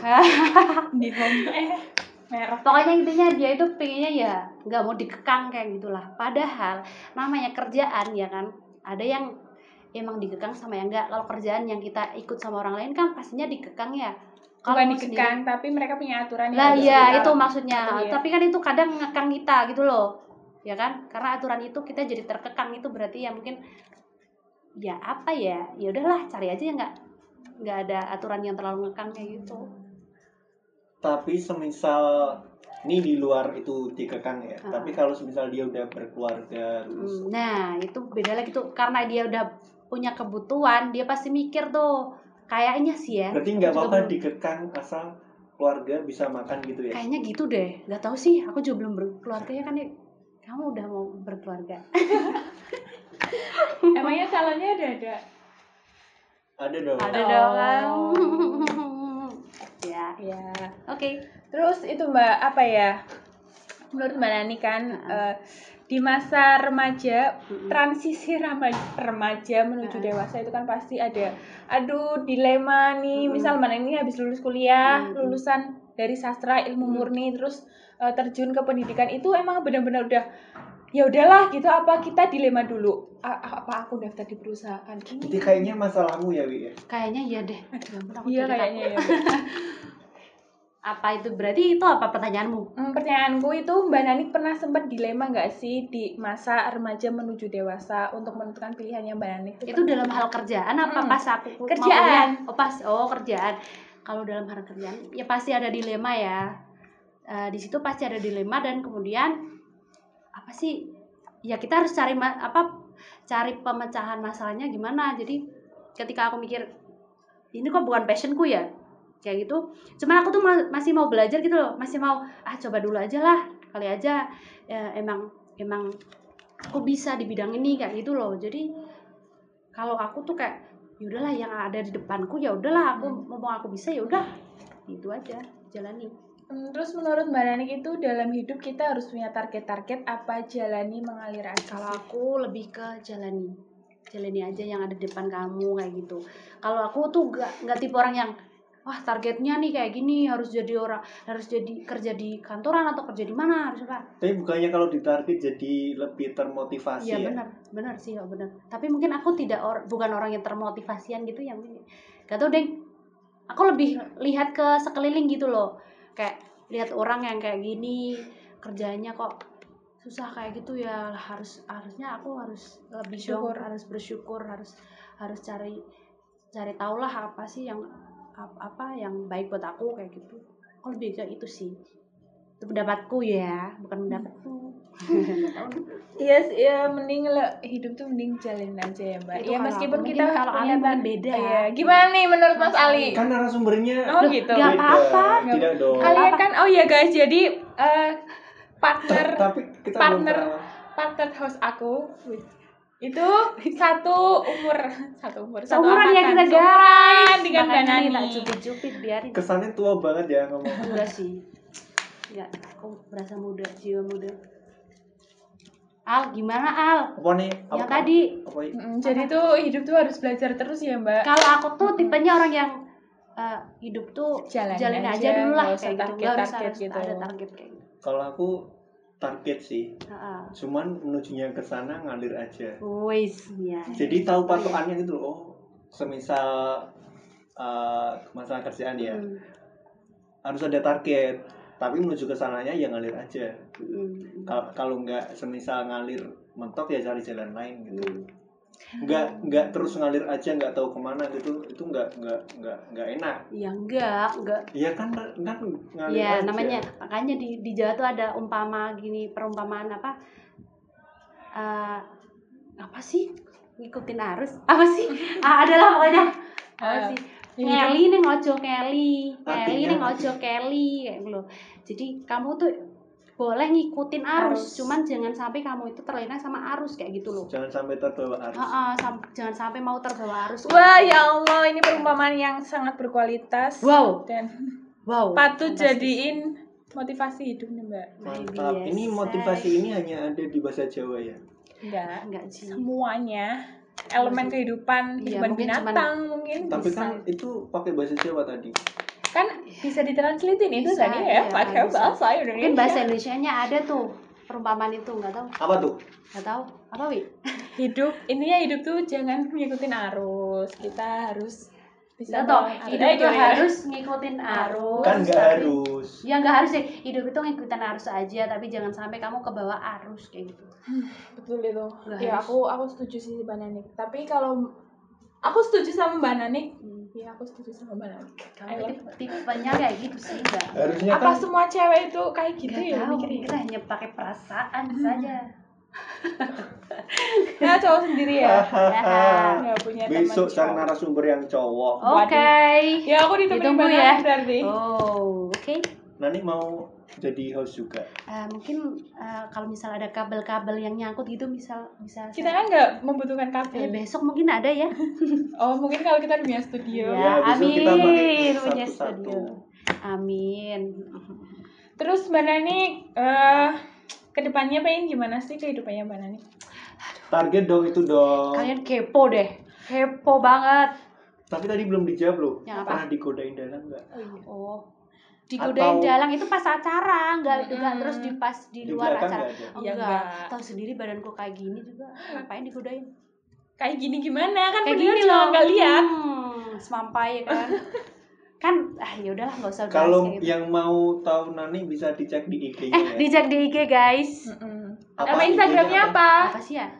merah. Pokoknya intinya dia itu pinginnya ya enggak mau dikekang kayak gitulah. Padahal namanya kerjaan ya kan, ada yang emang dikekang sama yang enggak. Kalau kerjaan yang kita ikut sama orang lain kan pastinya dikekang ya. Bukan dikekang, tapi mereka punya aturan lah ya itu maksudnya. Tapi kan itu kadang ngekang kita gitu loh, ya kan? Karena aturan itu kita jadi terkekang, itu berarti ya mungkin ya apa ya udahlah cari aja ya nggak ada aturan yang terlalu ngekang kayak gitu. Tapi semisal ini di luar itu dikekang ya. Tapi kalau semisal dia udah berkeluarga terus. Nah itu beda lagi tuh, karena dia udah punya kebutuhan, dia pasti mikir tuh. Kayaknya sih ya. Berarti nggak apa-apa dikekang asal keluarga bisa makan gitu ya? Kayaknya gitu deh. Nggak tahu sih. Aku juga belum berkeluarga ya kan. Kamu udah mau berkeluarga? Emangnya calonnya udah ada? Ada dong. Ada dong. Ya. Oke. Terus itu Mbak apa ya? Menurut Mbak Nani kan di masa remaja, transisi remaja menuju dewasa itu kan pasti ada dilema nih. Misal Mbak Nani habis lulus kuliah, lulusan dari sastra ilmu murni, terus terjun ke pendidikan, itu emang benar-benar udah ya udahlah gitu, apa kita dilema dulu? Apa aku daftar di perusahaan ini? Jadi kayaknya masalahmu ya, Wi ya? Kayaknya iya deh. Iya kayaknya ya. Apa itu berarti itu apa pertanyaanmu? Pertanyaanku itu Mbak Nani pernah sempat dilema nggak sih di masa remaja menuju dewasa untuk menentukan pilihannya Mbak Nani? Itu dalam hal kerjaan apa pas aku kerjaan? Kerjaan. Kalau dalam hal kerjaan ya pasti ada dilema ya. Di situ pasti ada dilema dan kemudian apa sih? Ya kita harus cari pemecahan masalahnya gimana. Jadi ketika aku mikir ini kok bukan passionku ya, kayak gitu. Cuman aku tuh masih mau belajar gitu loh, masih mau coba dulu aja lah, kali aja ya, emang aku bisa di bidang ini kayak gitu loh. Jadi kalau aku tuh kayak yaudahlah yang ada di depanku ya udahlah, aku mau aku bisa ya udah gitu aja jalani. Terus menurut Mbak Nani itu dalam hidup kita harus punya target-target apa jalani mengalir aja? Kalau aku lebih ke jalani. jalani aja yang ada di depan kamu kayak gitu. Kalau aku tuh nggak tipe orang yang wah targetnya nih kayak gini, harus jadi kerja di kantoran atau kerja di mana harus apa. Tapi bukannya kalau ditarget jadi lebih termotivasi ya? Iya benar sih, benar. Tapi mungkin aku bukan orang yang termotivasian gitu yang gak tau deh. Aku lebih lihat ke sekeliling gitu loh, kayak lihat orang yang kayak gini kerjanya kok susah kayak gitu ya, harusnya aku harus lebih harus bersyukur, harus cari tahu lah apa sih yang baik buat aku kayak gitu. Aku lebih ke itu sih, itu pendapatku ya, bukan pendapatku. Iya, mending hidup tuh mending jalanin aja ya Mbak. Itu Ya meskipun kita kalau Ali mungkin beda. Iya. Gimana nih menurut Mas Ali? Kan narasumbernya gitu. beda. Gak apa-apa. Tidak dong. Kalian kan ya guys, jadi partner host aku itu satu umur seumuran ya kita guys dengan Mbak Nani. Tak cupit biarin. Kesannya tua banget ya ngomong. Enggak sih, enggak, aku berasa muda, jiwa muda. Al, gimana Al? Apa nih? Yang tadi. Jadi tuh hidup tuh harus belajar terus ya Mbak. Kalau aku tuh tipenya orang yang hidup tuh jalanin aja dulu lah kayak gitu. Enggak harus gitu. Ada target kayak gitu. Kalau aku target sih, cuman menujunya ke sana ngalir aja. Wis, ya. Jadi tahu patokannya gitu loh. Semisal masalah kerjaan ya, harus ada target. Tapi menuju ke sananya ya ngalir aja. Kalau nggak semisal ngalir mentok ya cari jalan lain gitu. Nggak terus ngalir aja nggak tahu kemana gitu, itu nggak enak. Ya enggak. Iya kan ngalir ya, aja. namanya makanya di Jawa tuh ada perumpamaan apa? Apa sih? Ngikutin arus. Apa sih? Adalah pokoknya. Apa sih? Ngeli ning ojo Kelly ning ojo Kelly kayak gitu. Jadi kamu tuh boleh ngikutin arus, cuman jangan sampai kamu itu terlena sama arus kayak gitu loh. Jangan sampai terbawa arus. Jangan sampai mau terbawa arus. Wah, ya Allah, ini perumpamaan yang sangat berkualitas. Wow. Dan fantastis. patut jadiin motivasi hidup nih, Mbak. Mantap. Ini motivasi ini hanya ada di bahasa Jawa ya? Enggak sih. Semuanya elemen kehidupan binatang mungkin. Tapi kan itu pakai bahasa Jawa tadi. Kan bisa ditranslatein itu tadi ya, pakai bahasa Indonesia. Mungkin bahasa Indonesianya ada tuh perumpamaan itu, nggak tahu. Apa tuh? Nggak tahu. Apa, Wi? Hidup tuh jangan ngikutin arus. Kita harus bisa hidup itu harus ngikutin arus. Kan nggak harus. Ya nggak harus sih. Hidup itu ngikutin arus aja, tapi jangan sampai kamu kebawa arus kayak gitu. Betul itu. Ya aku setuju sih Mbak Nanik. Tapi kalau aku setuju sama Mbak Nanik. Iya, aku setuju sama Mbak Nanik. Tipenya kayak gitu sih, enggak. Harusnya apa kan semua cewek itu kayak gitu ya? Kita hanya pakai perasaan saja. Nah, cowok sendiri ya. Nggak punya teman. Besok cari narasumber yang cowok. Oke. Ya aku ditemenin Mbak Nanik berarti. Oh, oke. Nanti mau jadi host juga. Mungkin kalau misal ada kabel-kabel yang nyangkut gitu bisa kita kan nggak membutuhkan kabel. Besok mungkin ada ya. Oh, mungkin kalau kita punya studio. Ya, amin. Kita pakai punya satu-satu. studio. Amin. Terus Mbak Nanik kedepannya pengen gimana sih kehidupannya Mbak Nanik? Target dong itu dong. Kalian kepo deh. Kepo banget. Tapi tadi belum dijawab loh. Yang apa? Pernah digodain dalam nggak? Oh. Digodain dalang itu pas acara, enggak terus di luar acara. Enggak. Tahu sendiri badanku kayak gini juga, ngapain digodain? Kayak gini gimana? Kan kayak gini loh, enggak lihat. Semampai kan. Kan ya udahlah enggak usah. Kalau yang mau tahu Nani bisa dicek di IG-nya ya. Dicek di IG, guys. Nama Instagramnya apa? Apa sih ya?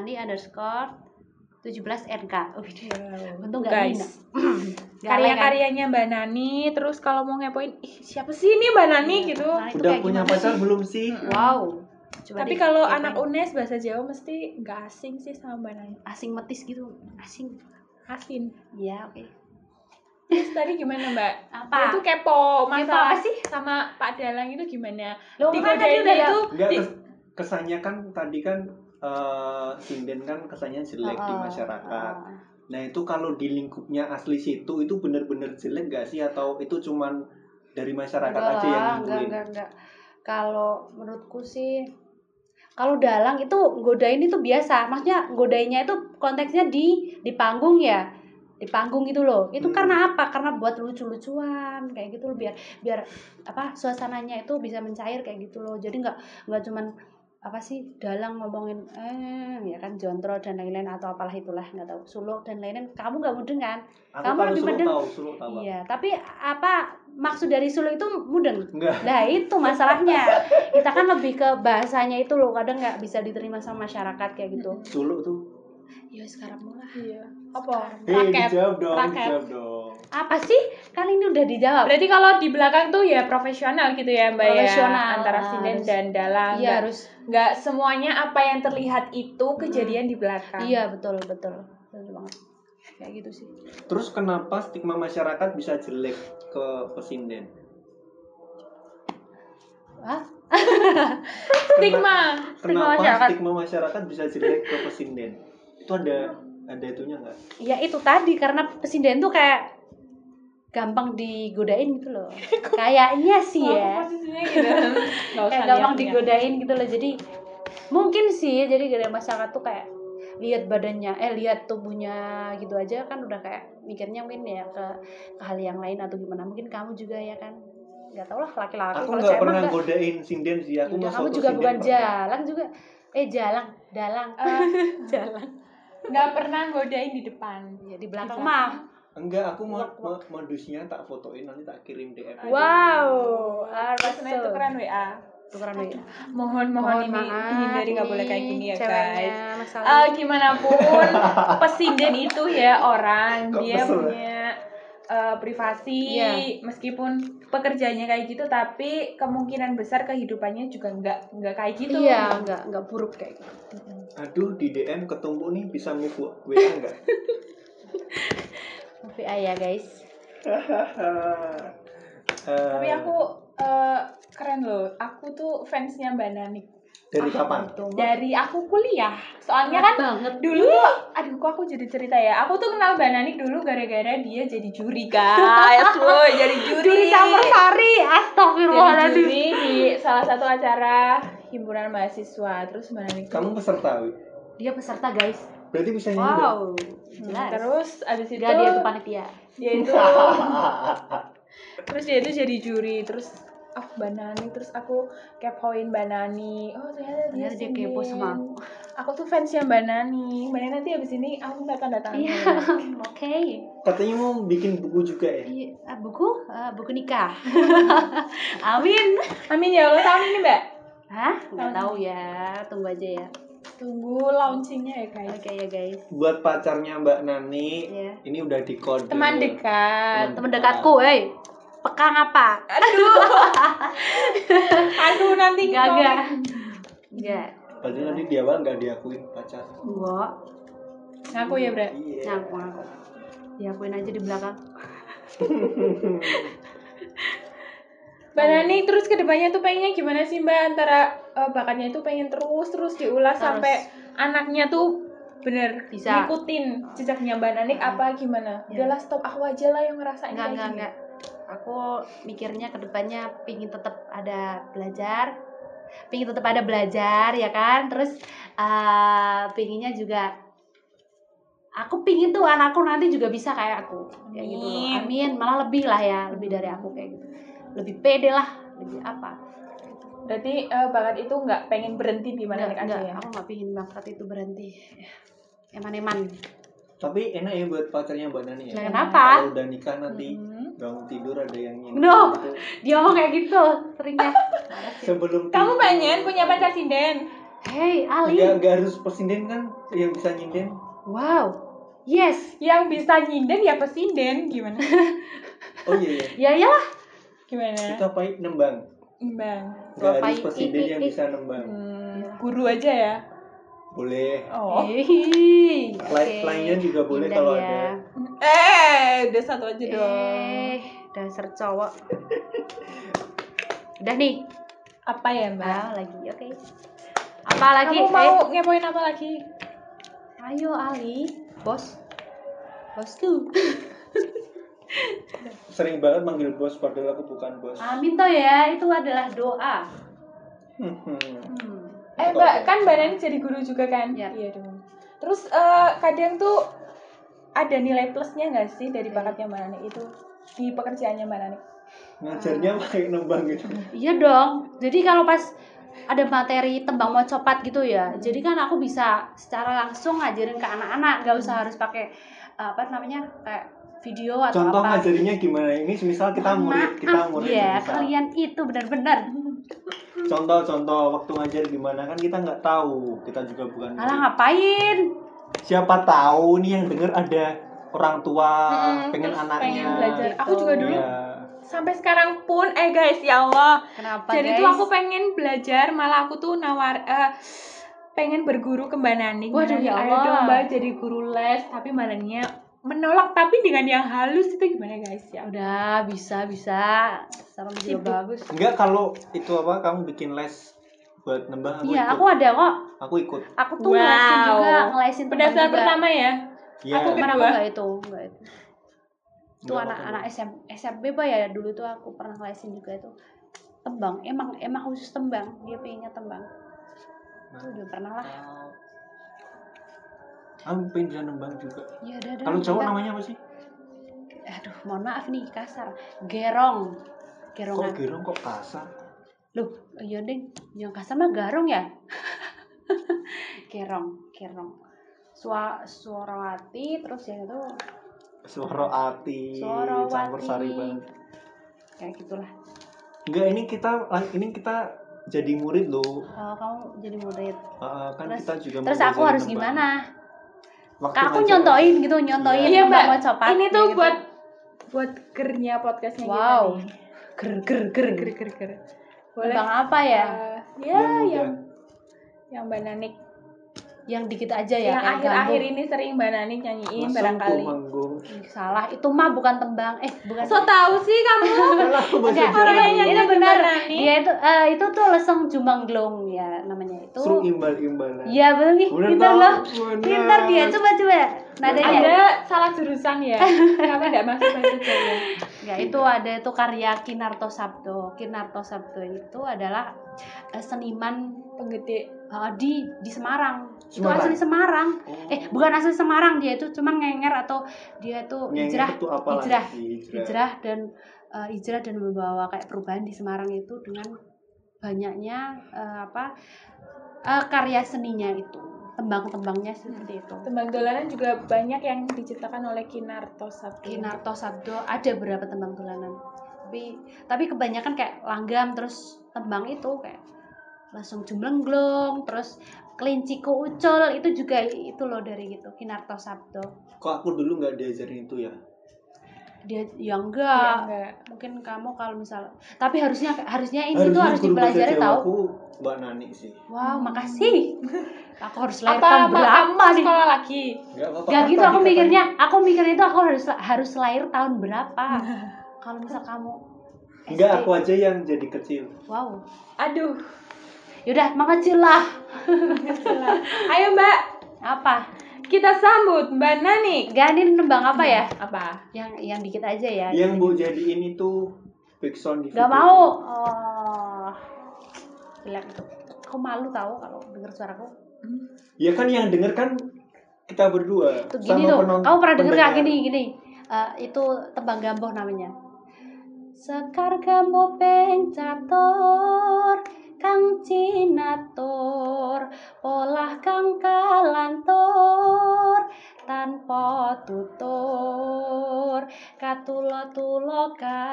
Nani_17NK. Untung enggak guys. Karya-karyanya Mbak Nani, terus kalau mau ngepoin, siapa sih ini Mbak Nani gitu. Udah punya pacar belum sih? Wow. Tapi kalau anak UNES bahasa Jawa mesti nggak asing sih sama Mbak Nani. Asing metis gitu. Asin. Iya, oke. Terus tadi gimana Mbak? Apa? Itu kepo masalah apa sih? sama Pak Dalang itu gimana? Loh, kan tadi udah itu kesannya kan tadi kan sinden kan kesannya jelek di masyarakat. Nah itu kalau di lingkupnya asli situ itu benar-benar jelek gak sih atau itu cuman dari masyarakat aja yang nyimpulin? Enggak. Kalau menurutku sih Kalau dalang itu godain itu biasa, maksudnya godainnya itu konteksnya di panggung ya, di panggung gitu loh. Itu karena apa? Karena buat lucu-lucuan kayak gitu loh, biar apa suasananya itu bisa mencair kayak gitu loh. Jadi nggak cuman apa sih dalang ngomongin ya kan jontro dan lain-lain atau apalah itulah, nggak tahu suluk dan lain-lain, kamu nggak mudeng kan? Kamu lebih mudeng. Suluk tahu. Iya, tapi apa maksud dari suluk itu mudeng? Enggak. Nah itu masalahnya. Kita kan lebih ke bahasanya itu loh, kadang nggak bisa diterima sama masyarakat kayak gitu. Suluk tuh. Ya sekarang mulai. Iya. Apa? Dijawab dong, Raket. dijawab dong. Apa sih? Kali ini udah dijawab. Berarti kalau di belakang tuh ya profesional gitu ya Mbak Profesional, ya, antara sinden dan dalang. Iya harus. Nggak semuanya apa yang terlihat itu kejadian di belakang. Iya betul banget. Kayak gitu sih. Terus kenapa stigma masyarakat bisa jelek ke pesinden? Hah? Kenapa stigma masyarakat bisa jelek ke pesinden? Itu ada itunya nggak? Ya itu tadi, karena pesinden tuh kayak gampang digodain gitu loh. Kayaknya sih ya. Posisinya gitu. Kayak gampang digodain gitu loh. Jadi mungkin sih jadi dari masyarakat tuh kayak lihat badannya, lihat tubuhnya gitu aja kan udah kayak mikirnya mungkin ya ke hal yang lain atau gimana. Mungkin kamu juga ya kan. Nggak tau lah laki-laki. Aku nggak pernah godain sinden sih. Aku ya, kamu juga bukan jalang juga. Dalang. Jalang. Nggak pernah godain di depan. Ya di belakang mah. Enggak, aku modusnya tak fotoin nanti tak kirim DM. Wow. Rasanya itu keren WA. Tukeran WA. Mohon ini dihindari, nggak boleh kayak gini ya guys. Gimana pun pesinden itu ya orang dia punya privasi, meskipun pekerjaannya kayak gitu tapi kemungkinan besar kehidupannya juga nggak kayak gitu. Iya, nggak buruk kayak gitu. Aduh, di DM ketemu nih, bisa move WA nggak? WA ya guys. Tapi aku keren loh, aku tuh fansnya Mbak Nanik. Dari kapan? Dari aku kuliah. Soalnya kan dulu tuh, kok aku jadi cerita ya. Aku tuh kenal Mbak Nanik dulu gara-gara dia jadi juri guys. Woy, jadi juri campur sari. Astagfirullahaladzim. Jadi juri di salah satu acara himpunan mahasiswa. Terus Mbak Nanik. Kamu peserta, Wi? Dia peserta guys. Berarti bisa nyanyi. Wow. Terus abis itu dia tuh panitia. Terus dia itu jadi juri. Terus Mbak Nani, terus aku kepoin Mbak Nani. Oh ternyata dia kepo sama aku. Aku tuh fansnya Mbak Nani. Mbak Nani nanti abis ini aku minta tanda tangan. Iya, oke. Katanya mau bikin buku juga ya? Iya, buku nikah. Amin ya Allah, tahun ini Mbak. Hah? Nggak tahu ya, tunggu aja ya. Tunggu launchingnya ya guys. Oke ya guys. Buat pacarnya Mbak Nani, ini udah di kode. Teman dekatku, Pekang apa? Aduh nanti enggak. Berarti nanti di awal nggak diakuin pacar. Enggak. Ngaku ya, Bre? Iya. Ngaku. Diakuin aja di belakang. Mbak Nani terus kedepannya tuh pengennya gimana sih Mbak? Antara bakatnya itu pengen terus diulas sampai anaknya tuh bener bisa ngikutin jejaknya Mbak Nani apa gimana? Udahlah stop, aku aja lah yang ngerasain kayak gini. Enggak. Aku mikirnya kedepannya pingin tetap ada belajar ya kan. Terus pinginnya juga aku pingin tuh anakku nanti juga bisa kayak aku kayak gitu loh. Amin, malah lebih lah ya, lebih dari aku kayak gitu, lebih pede lah, lebih apa. Berarti bakat itu nggak pengen berhenti di mana aja ya? Aku nggak pingin bakat itu berhenti, eman-eman. Tapi enak ya buat pacarnya Mbak Nani ya. Kenapa? Kalau udah nikah nanti bangun tidur ada yang nyanyi. No, dia ngomong kayak gitu seringnya. Sebelum kamu pengen punya pacar sinden? Hey Ali. Nggak harus pesinden kan yang bisa nyinden. Wow. Yes. Yang bisa nyinden ya pesinden gimana? Oh iya. Ya iyalah. Gimana? Itu apa nembang? Nggak harus pesinden yang bisa nembang. Guru aja ya. Boleh. Oh. Lainnya juga boleh kalau ada. Udah satu aja dong. Dasar cowok. Udah nih. Apa ya Mbak? Lagi, oke. Apa lagi? Kamu mau ngepoin apa lagi? Ayo Ali, bosku. Sering banget manggil bos padahal aku bukan bos. Amin toh ya, itu adalah doa. Mbak, kan Mbak Nani jadi guru juga kan? Ya. Iya dong. Terus kadang tuh ada nilai plusnya nggak sih dari bakatnya Mbak Nani itu di pekerjaannya Mbak Nani? Ngajarnya pakai nembang gitu. Iya dong. Jadi kalau pas ada materi tembang mau copat gitu ya, jadi kan aku bisa secara langsung ngajarin ke anak-anak, nggak usah harus pakai kayak video atau Contoh apa. ngajarinnya gimana? Ini misal kita murid Ya, misal. kalian itu benar-benar. Contoh waktu ngajar gimana, kan kita nggak tahu, kita juga bukan murid. Alah, ngapain? Siapa tahu nih yang denger ada orang tua pengen terus anaknya pengen belajar. Gitu. Aku juga dulu Iya. sampai sekarang pun guys, ya Allah. Kenapa, Jadi guys? tuh aku pengen belajar, malah aku tuh pengen berguru ke Mbak Nani. Mbak Waduh, Nani, ya ayo Allah. dong Mbak jadi guru les, tapi Mbak Naninya menolak, tapi dengan yang halus. Itu gimana guys ya? Udah bisa. Sarung Sibuk. juga bagus. Enggak, kalau itu apa kamu bikin les buat nembang aku Iya, ikut. aku ada kok. Aku ikut. Aku tuh ngelesin juga, ngelesin tembang Pendaftaran juga. pertama ya? Iya. Aku Cuman aku kedua. enggak itu. Itu Enggak anak-anak apa-apa. SMP Pak ya, dulu tuh aku pernah ngelesin juga itu. Tembang, emang khusus tembang. Dia pengennya tembang. Itu udah pernah lah. Aku pengen bisa nembang juga. Iya, ada. Kalau cowok Kita- namanya apa sih? Aduh, mohon maaf nih kasar. Gerongan. Kok gerong kok kasar? Loh, iya ding. Yang kasar mah garong ya? Gerong. Suarawati, terus yang itu Suara hati Suarawati. campur sari banget. kayak gitulah. Enggak, ini kita jadi murid loh. Kamu jadi murid. Kan Terus- kita juga Terus mau aku belajar harus nembang. gimana? Waktu Aku ngajar nyontoin aja. gitu, nyontoin. Iya Mbak, mau copat, ini tuh kayak gitu. buat gernya podcastnya Wow. kita nih. Ger. Boleh. Tembang apa ya? Yang yang Mbak Nanik Yang dikit aja ya, yang kayak akhir-akhir gambung. ini sering Mbak Nanik nyanyiin Masa barangkali. manggung. Salah, itu mah bukan tembang. Bukan. So tahu sih kamu. Malah aku bahasa Enggak, Jawa. Orang yang itu nyanyi benar. Mbak Nani. Dia itu tuh lesung jumangglong ya namanya itu. Seru imbal-imbalan. Iya betul nih, Bener pintar tau, loh. bener. Pintar dia, coba. Nadanya. Anda salah jurusan ya. Kenapa enggak masuk bahasa Jawa? Enggak, itu ada itu karya Kinarto Sabdo. Kinarto Sabdo itu adalah seniman Penggede. di Semarang. Itu Semarang? asli Semarang. Oh. Bukan asli Semarang, dia itu cuma ngenger atau dia tuh Ngenger itu apa lagi? hijrah dan membawa kayak perubahan di Semarang itu dengan banyaknya karya seninya itu, tembang-tembangnya seperti itu. Tembang dolanan juga banyak yang diciptakan oleh Kinarto Sabdo. Kinarto Sabdo ada beberapa tembang dolanan, tapi kebanyakan kayak langgam, terus tembang itu kayak langsung jumlenglong, terus kelinciku ucul itu juga itu loh dari gitu Kinarto Sabdo. Kok aku dulu nggak diajarin itu ya? Dia Ya, ya enggak. enggak. Mungkin kamu kalau misal, tapi harusnya ini Harusnya tuh harus guru bahasa dipelajari Jawa tahu. aku Mbak Nani sih. Wow, makasih. Aku harus lahir Apa tahun kamu berapa nih? sekolah lagi? Enggak apa-apa. Gak gitu, Tadi aku katanya- mikirnya itu aku harus lahir tahun berapa. Kalau misal kamu Enggak, SD. aku aja yang jadi kecil. Wow. Aduh. Yaudah, makasih lah. Ayo Mbak, Apa? kita sambut Mbak Nani. Gak, ini nembang apa ya? Apa? Yang dikit aja ya. Yang mau jadiin itu backsound di Gak video. mau. Oh. Jelek itu. Aku malu tahu kalau denger suaraku. Ya kan yang denger kan kita berdua. Tuh gini tuh. penonton- Kamu pernah denger gak pendengar. gini? Itu tembang gamboh namanya. Sekar gamboh peng catur kang cinatur polah kang kalantur tanpa tutur katulo-tulo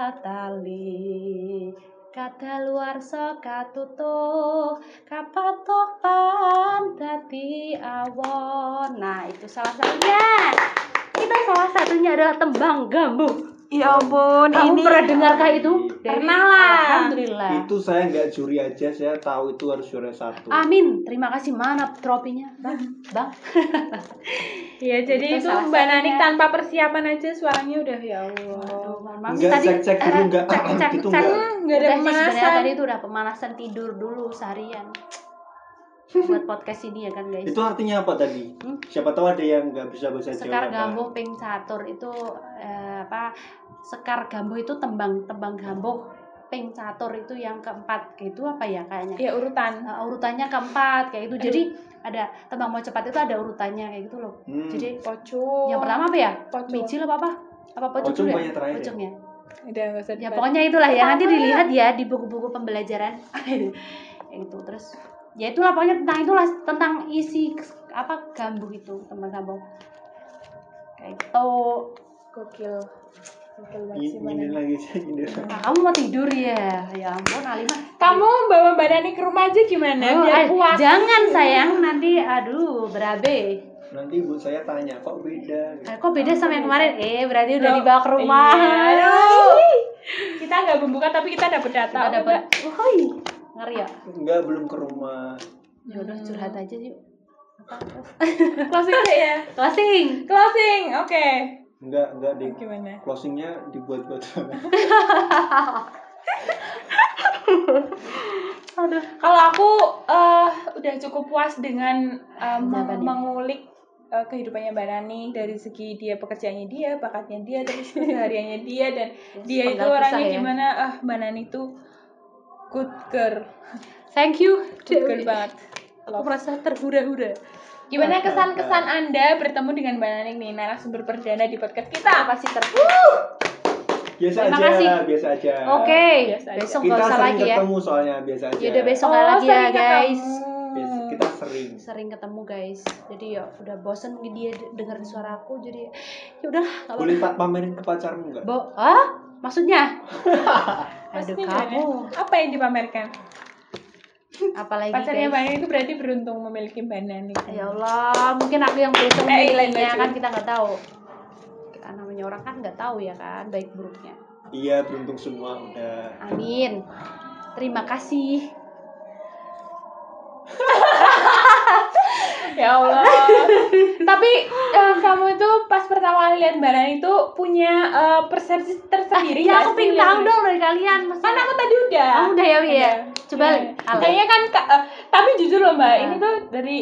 katali kadaluwarsa katutuh kapatuh pandati awon. Nah, itu salah satunya adalah tembang gambuh. Ya ampun, Kamu pernah dengarkah itu? Pernah lah. Alhamdulillah. Itu saya nggak juri aja, saya tahu itu harus juara 1. Amin. Terima kasih. Mana tropinya, Bang? Ya, jadi Itu itu salah Mbak Nani satunya. tanpa persiapan aja suaranya udah ya Allah. Maaf Enggak, tadi cek dulu enggak. cek Gitu enggak. Enggak ada Udah sih, sebenarnya pemanasan. tadi itu udah pemanasan tidur dulu seharian buat podcast ini ya kan guys. Itu artinya apa tadi? Siapa tahu ada yang nggak bisa bahasa Jawa. Sekar kan? gambuh ping catur itu Sekar gambuh itu tembang gambuh ping catur itu yang keempat kayak itu apa ya kayaknya Ya urutan. Urutannya keempat kayak itu. Jadi ada tembang mau cepat itu ada urutannya kayak gitu loh. Jadi Pocong. yang pertama apa ya? Pocong. Micil apa pocong Pocong dulu banyak ya? terakhir. Pocongnya. Udah enggak usah Ya dibahas. pokoknya itulah ya, nanti dilihat ya di buku-buku pembelajaran. Itu terus ya itulah pokoknya tentang isi apa gambung itu, tembang gambung. Kayak gitu. Gokil banget sih Nyindir Mbak Nani. lagi sih, nyindir. Nah, kamu mau tidur ya? Ya ampun Alimah. Kamu bawa Mbak Nani ke rumah aja gimana? Biar puas. Jangan sayang, nanti aduh berabe. Nanti ibu saya tanya kok beda. Kok beda sama yang kemarin? Berarti udah dibawa ke rumah. Iya, aduh. Kita nggak membuka tapi kita dapat data. Kita dapat. Woi, ngeri ya. Enggak, belum ke rumah. Ya udah curhat aja yuk. Closing deh ya. Closing. Oke. Enggak deh. Gimana? Closingnya dibuat-buat. Aduh. Kalau aku udah cukup puas dengan mengulik kehidupannya Mbak Nani dari segi dia pekerjaannya dia, bakatnya dia, terus kesehariannya dia dan dia itu orangnya gimana. Mbak Nani itu good girl. Thank you. Good girl banget. Aku merasa terhura-hura. Gimana kesan-kesan Anda bertemu dengan Mbak Nani nih, narasumber perdana di podcast kita? Pasti Biasa Terima aja, kasih. biasa aja. Oke, Biasa aja. besok Kita nggak usah sering lagi ya. ketemu soalnya, biasa aja. Ya udah besok nggak lagi ya sering guys. ketemu. Kita sering. Ketemu guys. Jadi ya udah bosen dia dengerin suara aku jadi ya udah. Boleh pamerin ke pacarmu enggak? Maksudnya? Aduh Maksudnya kamu. gimana? Apa yang dipamerkan? Apalagi Pacarnya Mbak guys. Nani itu berarti beruntung memiliki Mbak Nani. Ya Allah, mungkin aku yang beruntung lain milihnya baju. kan kita nggak tahu. Namanya orang kan nggak tahu ya kan baik buruknya. Iya, beruntung semua udah. Amin. Terima kasih. Ya Allah. Tapi kamu itu pas pertama kali lihat Mbak Nani itu punya persepsi tersendiri. Ya nggak aku sih pengen lihat tahu ini? dong dari kalian. Kan aku tadi udah. Udah ya Wi ya. Coba Kayaknya kan tapi jujur loh Mbak, ini tuh dari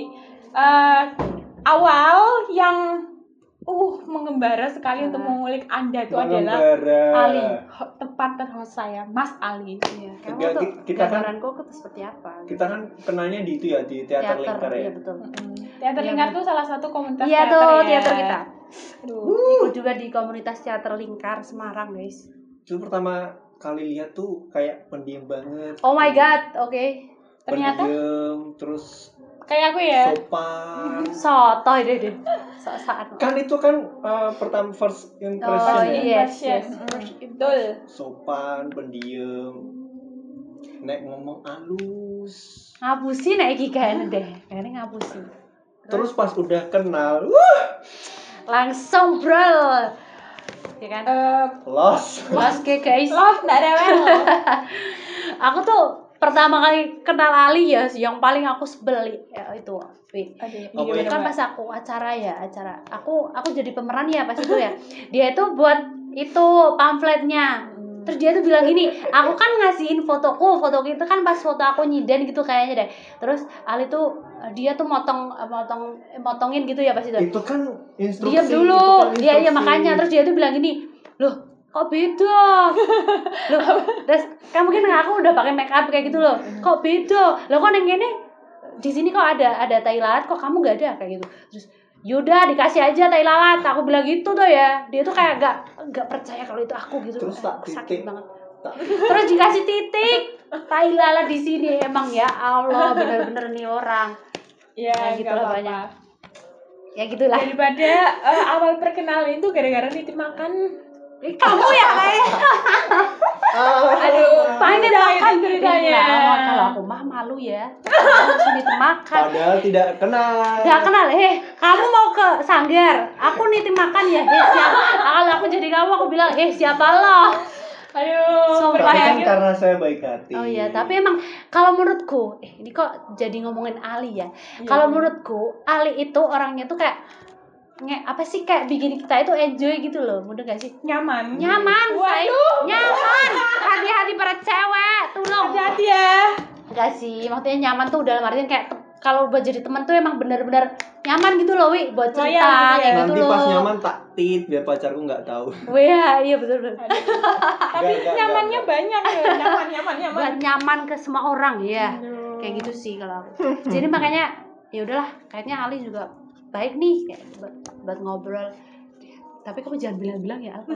awal yang mengembara sekali untuk mengulik Anda itu adalah Ali, partner host saya, Mas Ali. Iya, Enggak, kamu tuh kita kan- gambaranku tuh seperti apa? Kita kan kenalnya di itu ya, di teater lingkar ya. Iya betul. Teater Lingkar tuh salah satu komunitas Iya teater tuh ya. teater kita. Aduh. Ikut juga di komunitas teater lingkar Semarang guys. Itu pertama kali lihat tuh kayak pendiam banget. Oh my god, oke. Ternyata pendiam, terus kayak aku ya. sopan. Sotoy deh. Saat. Kan itu kan pertama first impression Oh, ya. iya. Yes. Betul. Sopan, pendiam. Nek ngomong halus. Ngapusi nek iki kan deh. Kayaknya ngapusi. Terus pas udah kenal, Langsung bro. Ya kan? los. Guys. Love nggak rewel. Aku tuh pertama kali kenal Ali ya, yang paling aku sebel ya itu. Apa ya? Kan pas aku acara. Aku jadi pemeran ya pas itu ya. Dia itu buat itu pamfletnya. Terus dia tuh bilang gini, aku kan ngasihin fotoku itu kan pas foto aku nyiden gitu kayaknya deh. Terus Ali tuh dia tuh motongin gitu ya pas itu. Itu kan instruksi. Diam dulu. Itu kan Dia instruksi. makanya terus dia tuh bilang gini, "Loh, kok beda?" Loh, terus kan mungkin aku udah pakai make up kayak gitu loh. Kok beda? Loh kok yang ini di sini kok ada tai lalat kok kamu gak ada kayak gitu. Terus yaudah dikasih aja tai lalat. Aku bilang gitu tuh ya. Dia tuh kayak gak percaya kalau itu aku gitu. Terus tak sakit titik. banget. Terus dikasih titik. Tai lalat di sini emang ya Allah bener-bener nih orang. Ya, Ya gitu nggak lah apa-apa. banyak. Ya gitulah. Daripada awal perkenalan itu gara-gara nitip makan. Kamu ya kayak. Aduh, Ini panjang ceritanya. Kalau aku mah malu ya. Langsung makan. Padahal tidak kenal. Gak kenal. Kamu mau ke Sanggar? Aku nitip makan ya. Siapa? Kalau aku jadi kamu aku bilang, siapa lo? Aduh, Sumpah Tapi ya. kan karena saya baik hati. Oh iya, tapi emang kalau menurutku, ini kok jadi ngomongin Ali ya. Kalau menurutku, Ali itu orangnya tuh kayak apa sih kayak bikin kita itu enjoy gitu loh, mudah gak sih? nyaman. Say. Nyaman. Hati-hati para cewek, tolong. Hati-hati ya. Enggak sih, maksudnya nyaman tuh dalam artian kayak kalau buat jadi teman tuh emang benar-benar nyaman gitu loh, Wi, buat cerita Loyal gitu ya. kayak gitu Nanti loh. pas nyaman tak tit biar pacarku nggak tahu. Wih, iya betul. Tapi nyamannya banyak ya. Nyaman. Buat nyaman ke semua orang ya. Aduh. Kayak gitu sih kalau aku. Jadi makanya ya udahlah, kayaknya Ali juga baik nih kayak buat ngobrol. Tapi kamu jangan bilang-bilang ya, apa?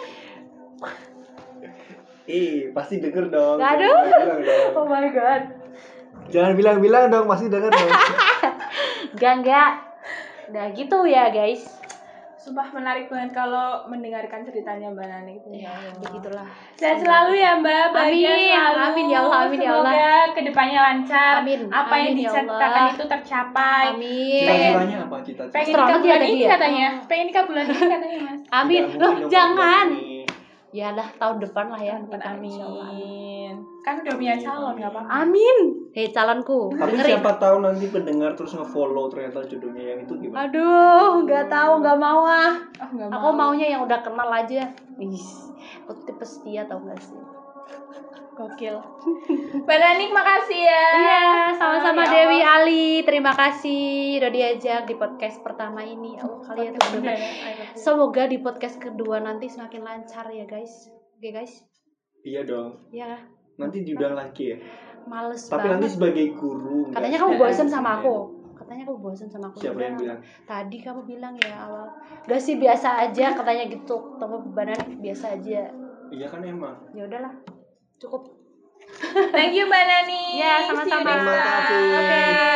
Pasti denger dong. Aduh. Jangan bilang dong. Oh my god. Jangan bilang-bilang dong, pasti denger dong. Enggak. Nah gitu ya guys. Sumpah menarik banget kalau mendengarkan ceritanya Mbak Nani itu. Ya begitulah. Sehat selalu ya Mbak, bahagia Amin, selalu. amin ya Allah, amin ya Allah. Semoga kedepannya lancar. Amin, Apa yang amin ya diceritakan Allah. itu tercapai. Amin. Cita-citanya apa cita-cita? Pengen nikah Astronot ya bulan tadi ini ya? katanya. Pengen nikah bulan ini katanya Mas. Amin. Tidak Loh, mungkin dong jangan. bulan ini. Ya lah tahun depan lah ya. Amin. Insya Allah. Kan udah punya calon Amin. enggak apa-apa. Amin. Hei calonku. Tapi dengerin. siapa tahu nanti pendengar terus nge-follow ternyata jodohnya yang itu gimana? Aduh, nggak tahu, nggak mau ah. Oh, enggak Aku maunya yang udah kenal aja. Aku tipe setia tau gak sih? Gokil. Mbak Nani makasih ya. Iya, sama-sama Ya Dewi Allah. Ali. Terima kasih udah diajak di podcast pertama ini. Oh, kalian tuh bener. Semoga di podcast kedua nanti semakin lancar ya guys. Oke guys. Iya dong. Iya, Nanti diundang lagi ya. males Tapi nanti banget. sebagai guru. nggak Katanya kamu sebagai bosan sama dosen. aku. Katanya kamu bosan sama aku. Siapa Udah, yang bilang? Tadi kamu bilang ya awal. Gak sih, biasa aja katanya gitu. Kamu bebanan biasa aja. Iya kan emang. Ya udahlah. Cukup. Thank you Mbak Nani. Ya, sama-sama. See you next time. Terima kasih. Oke.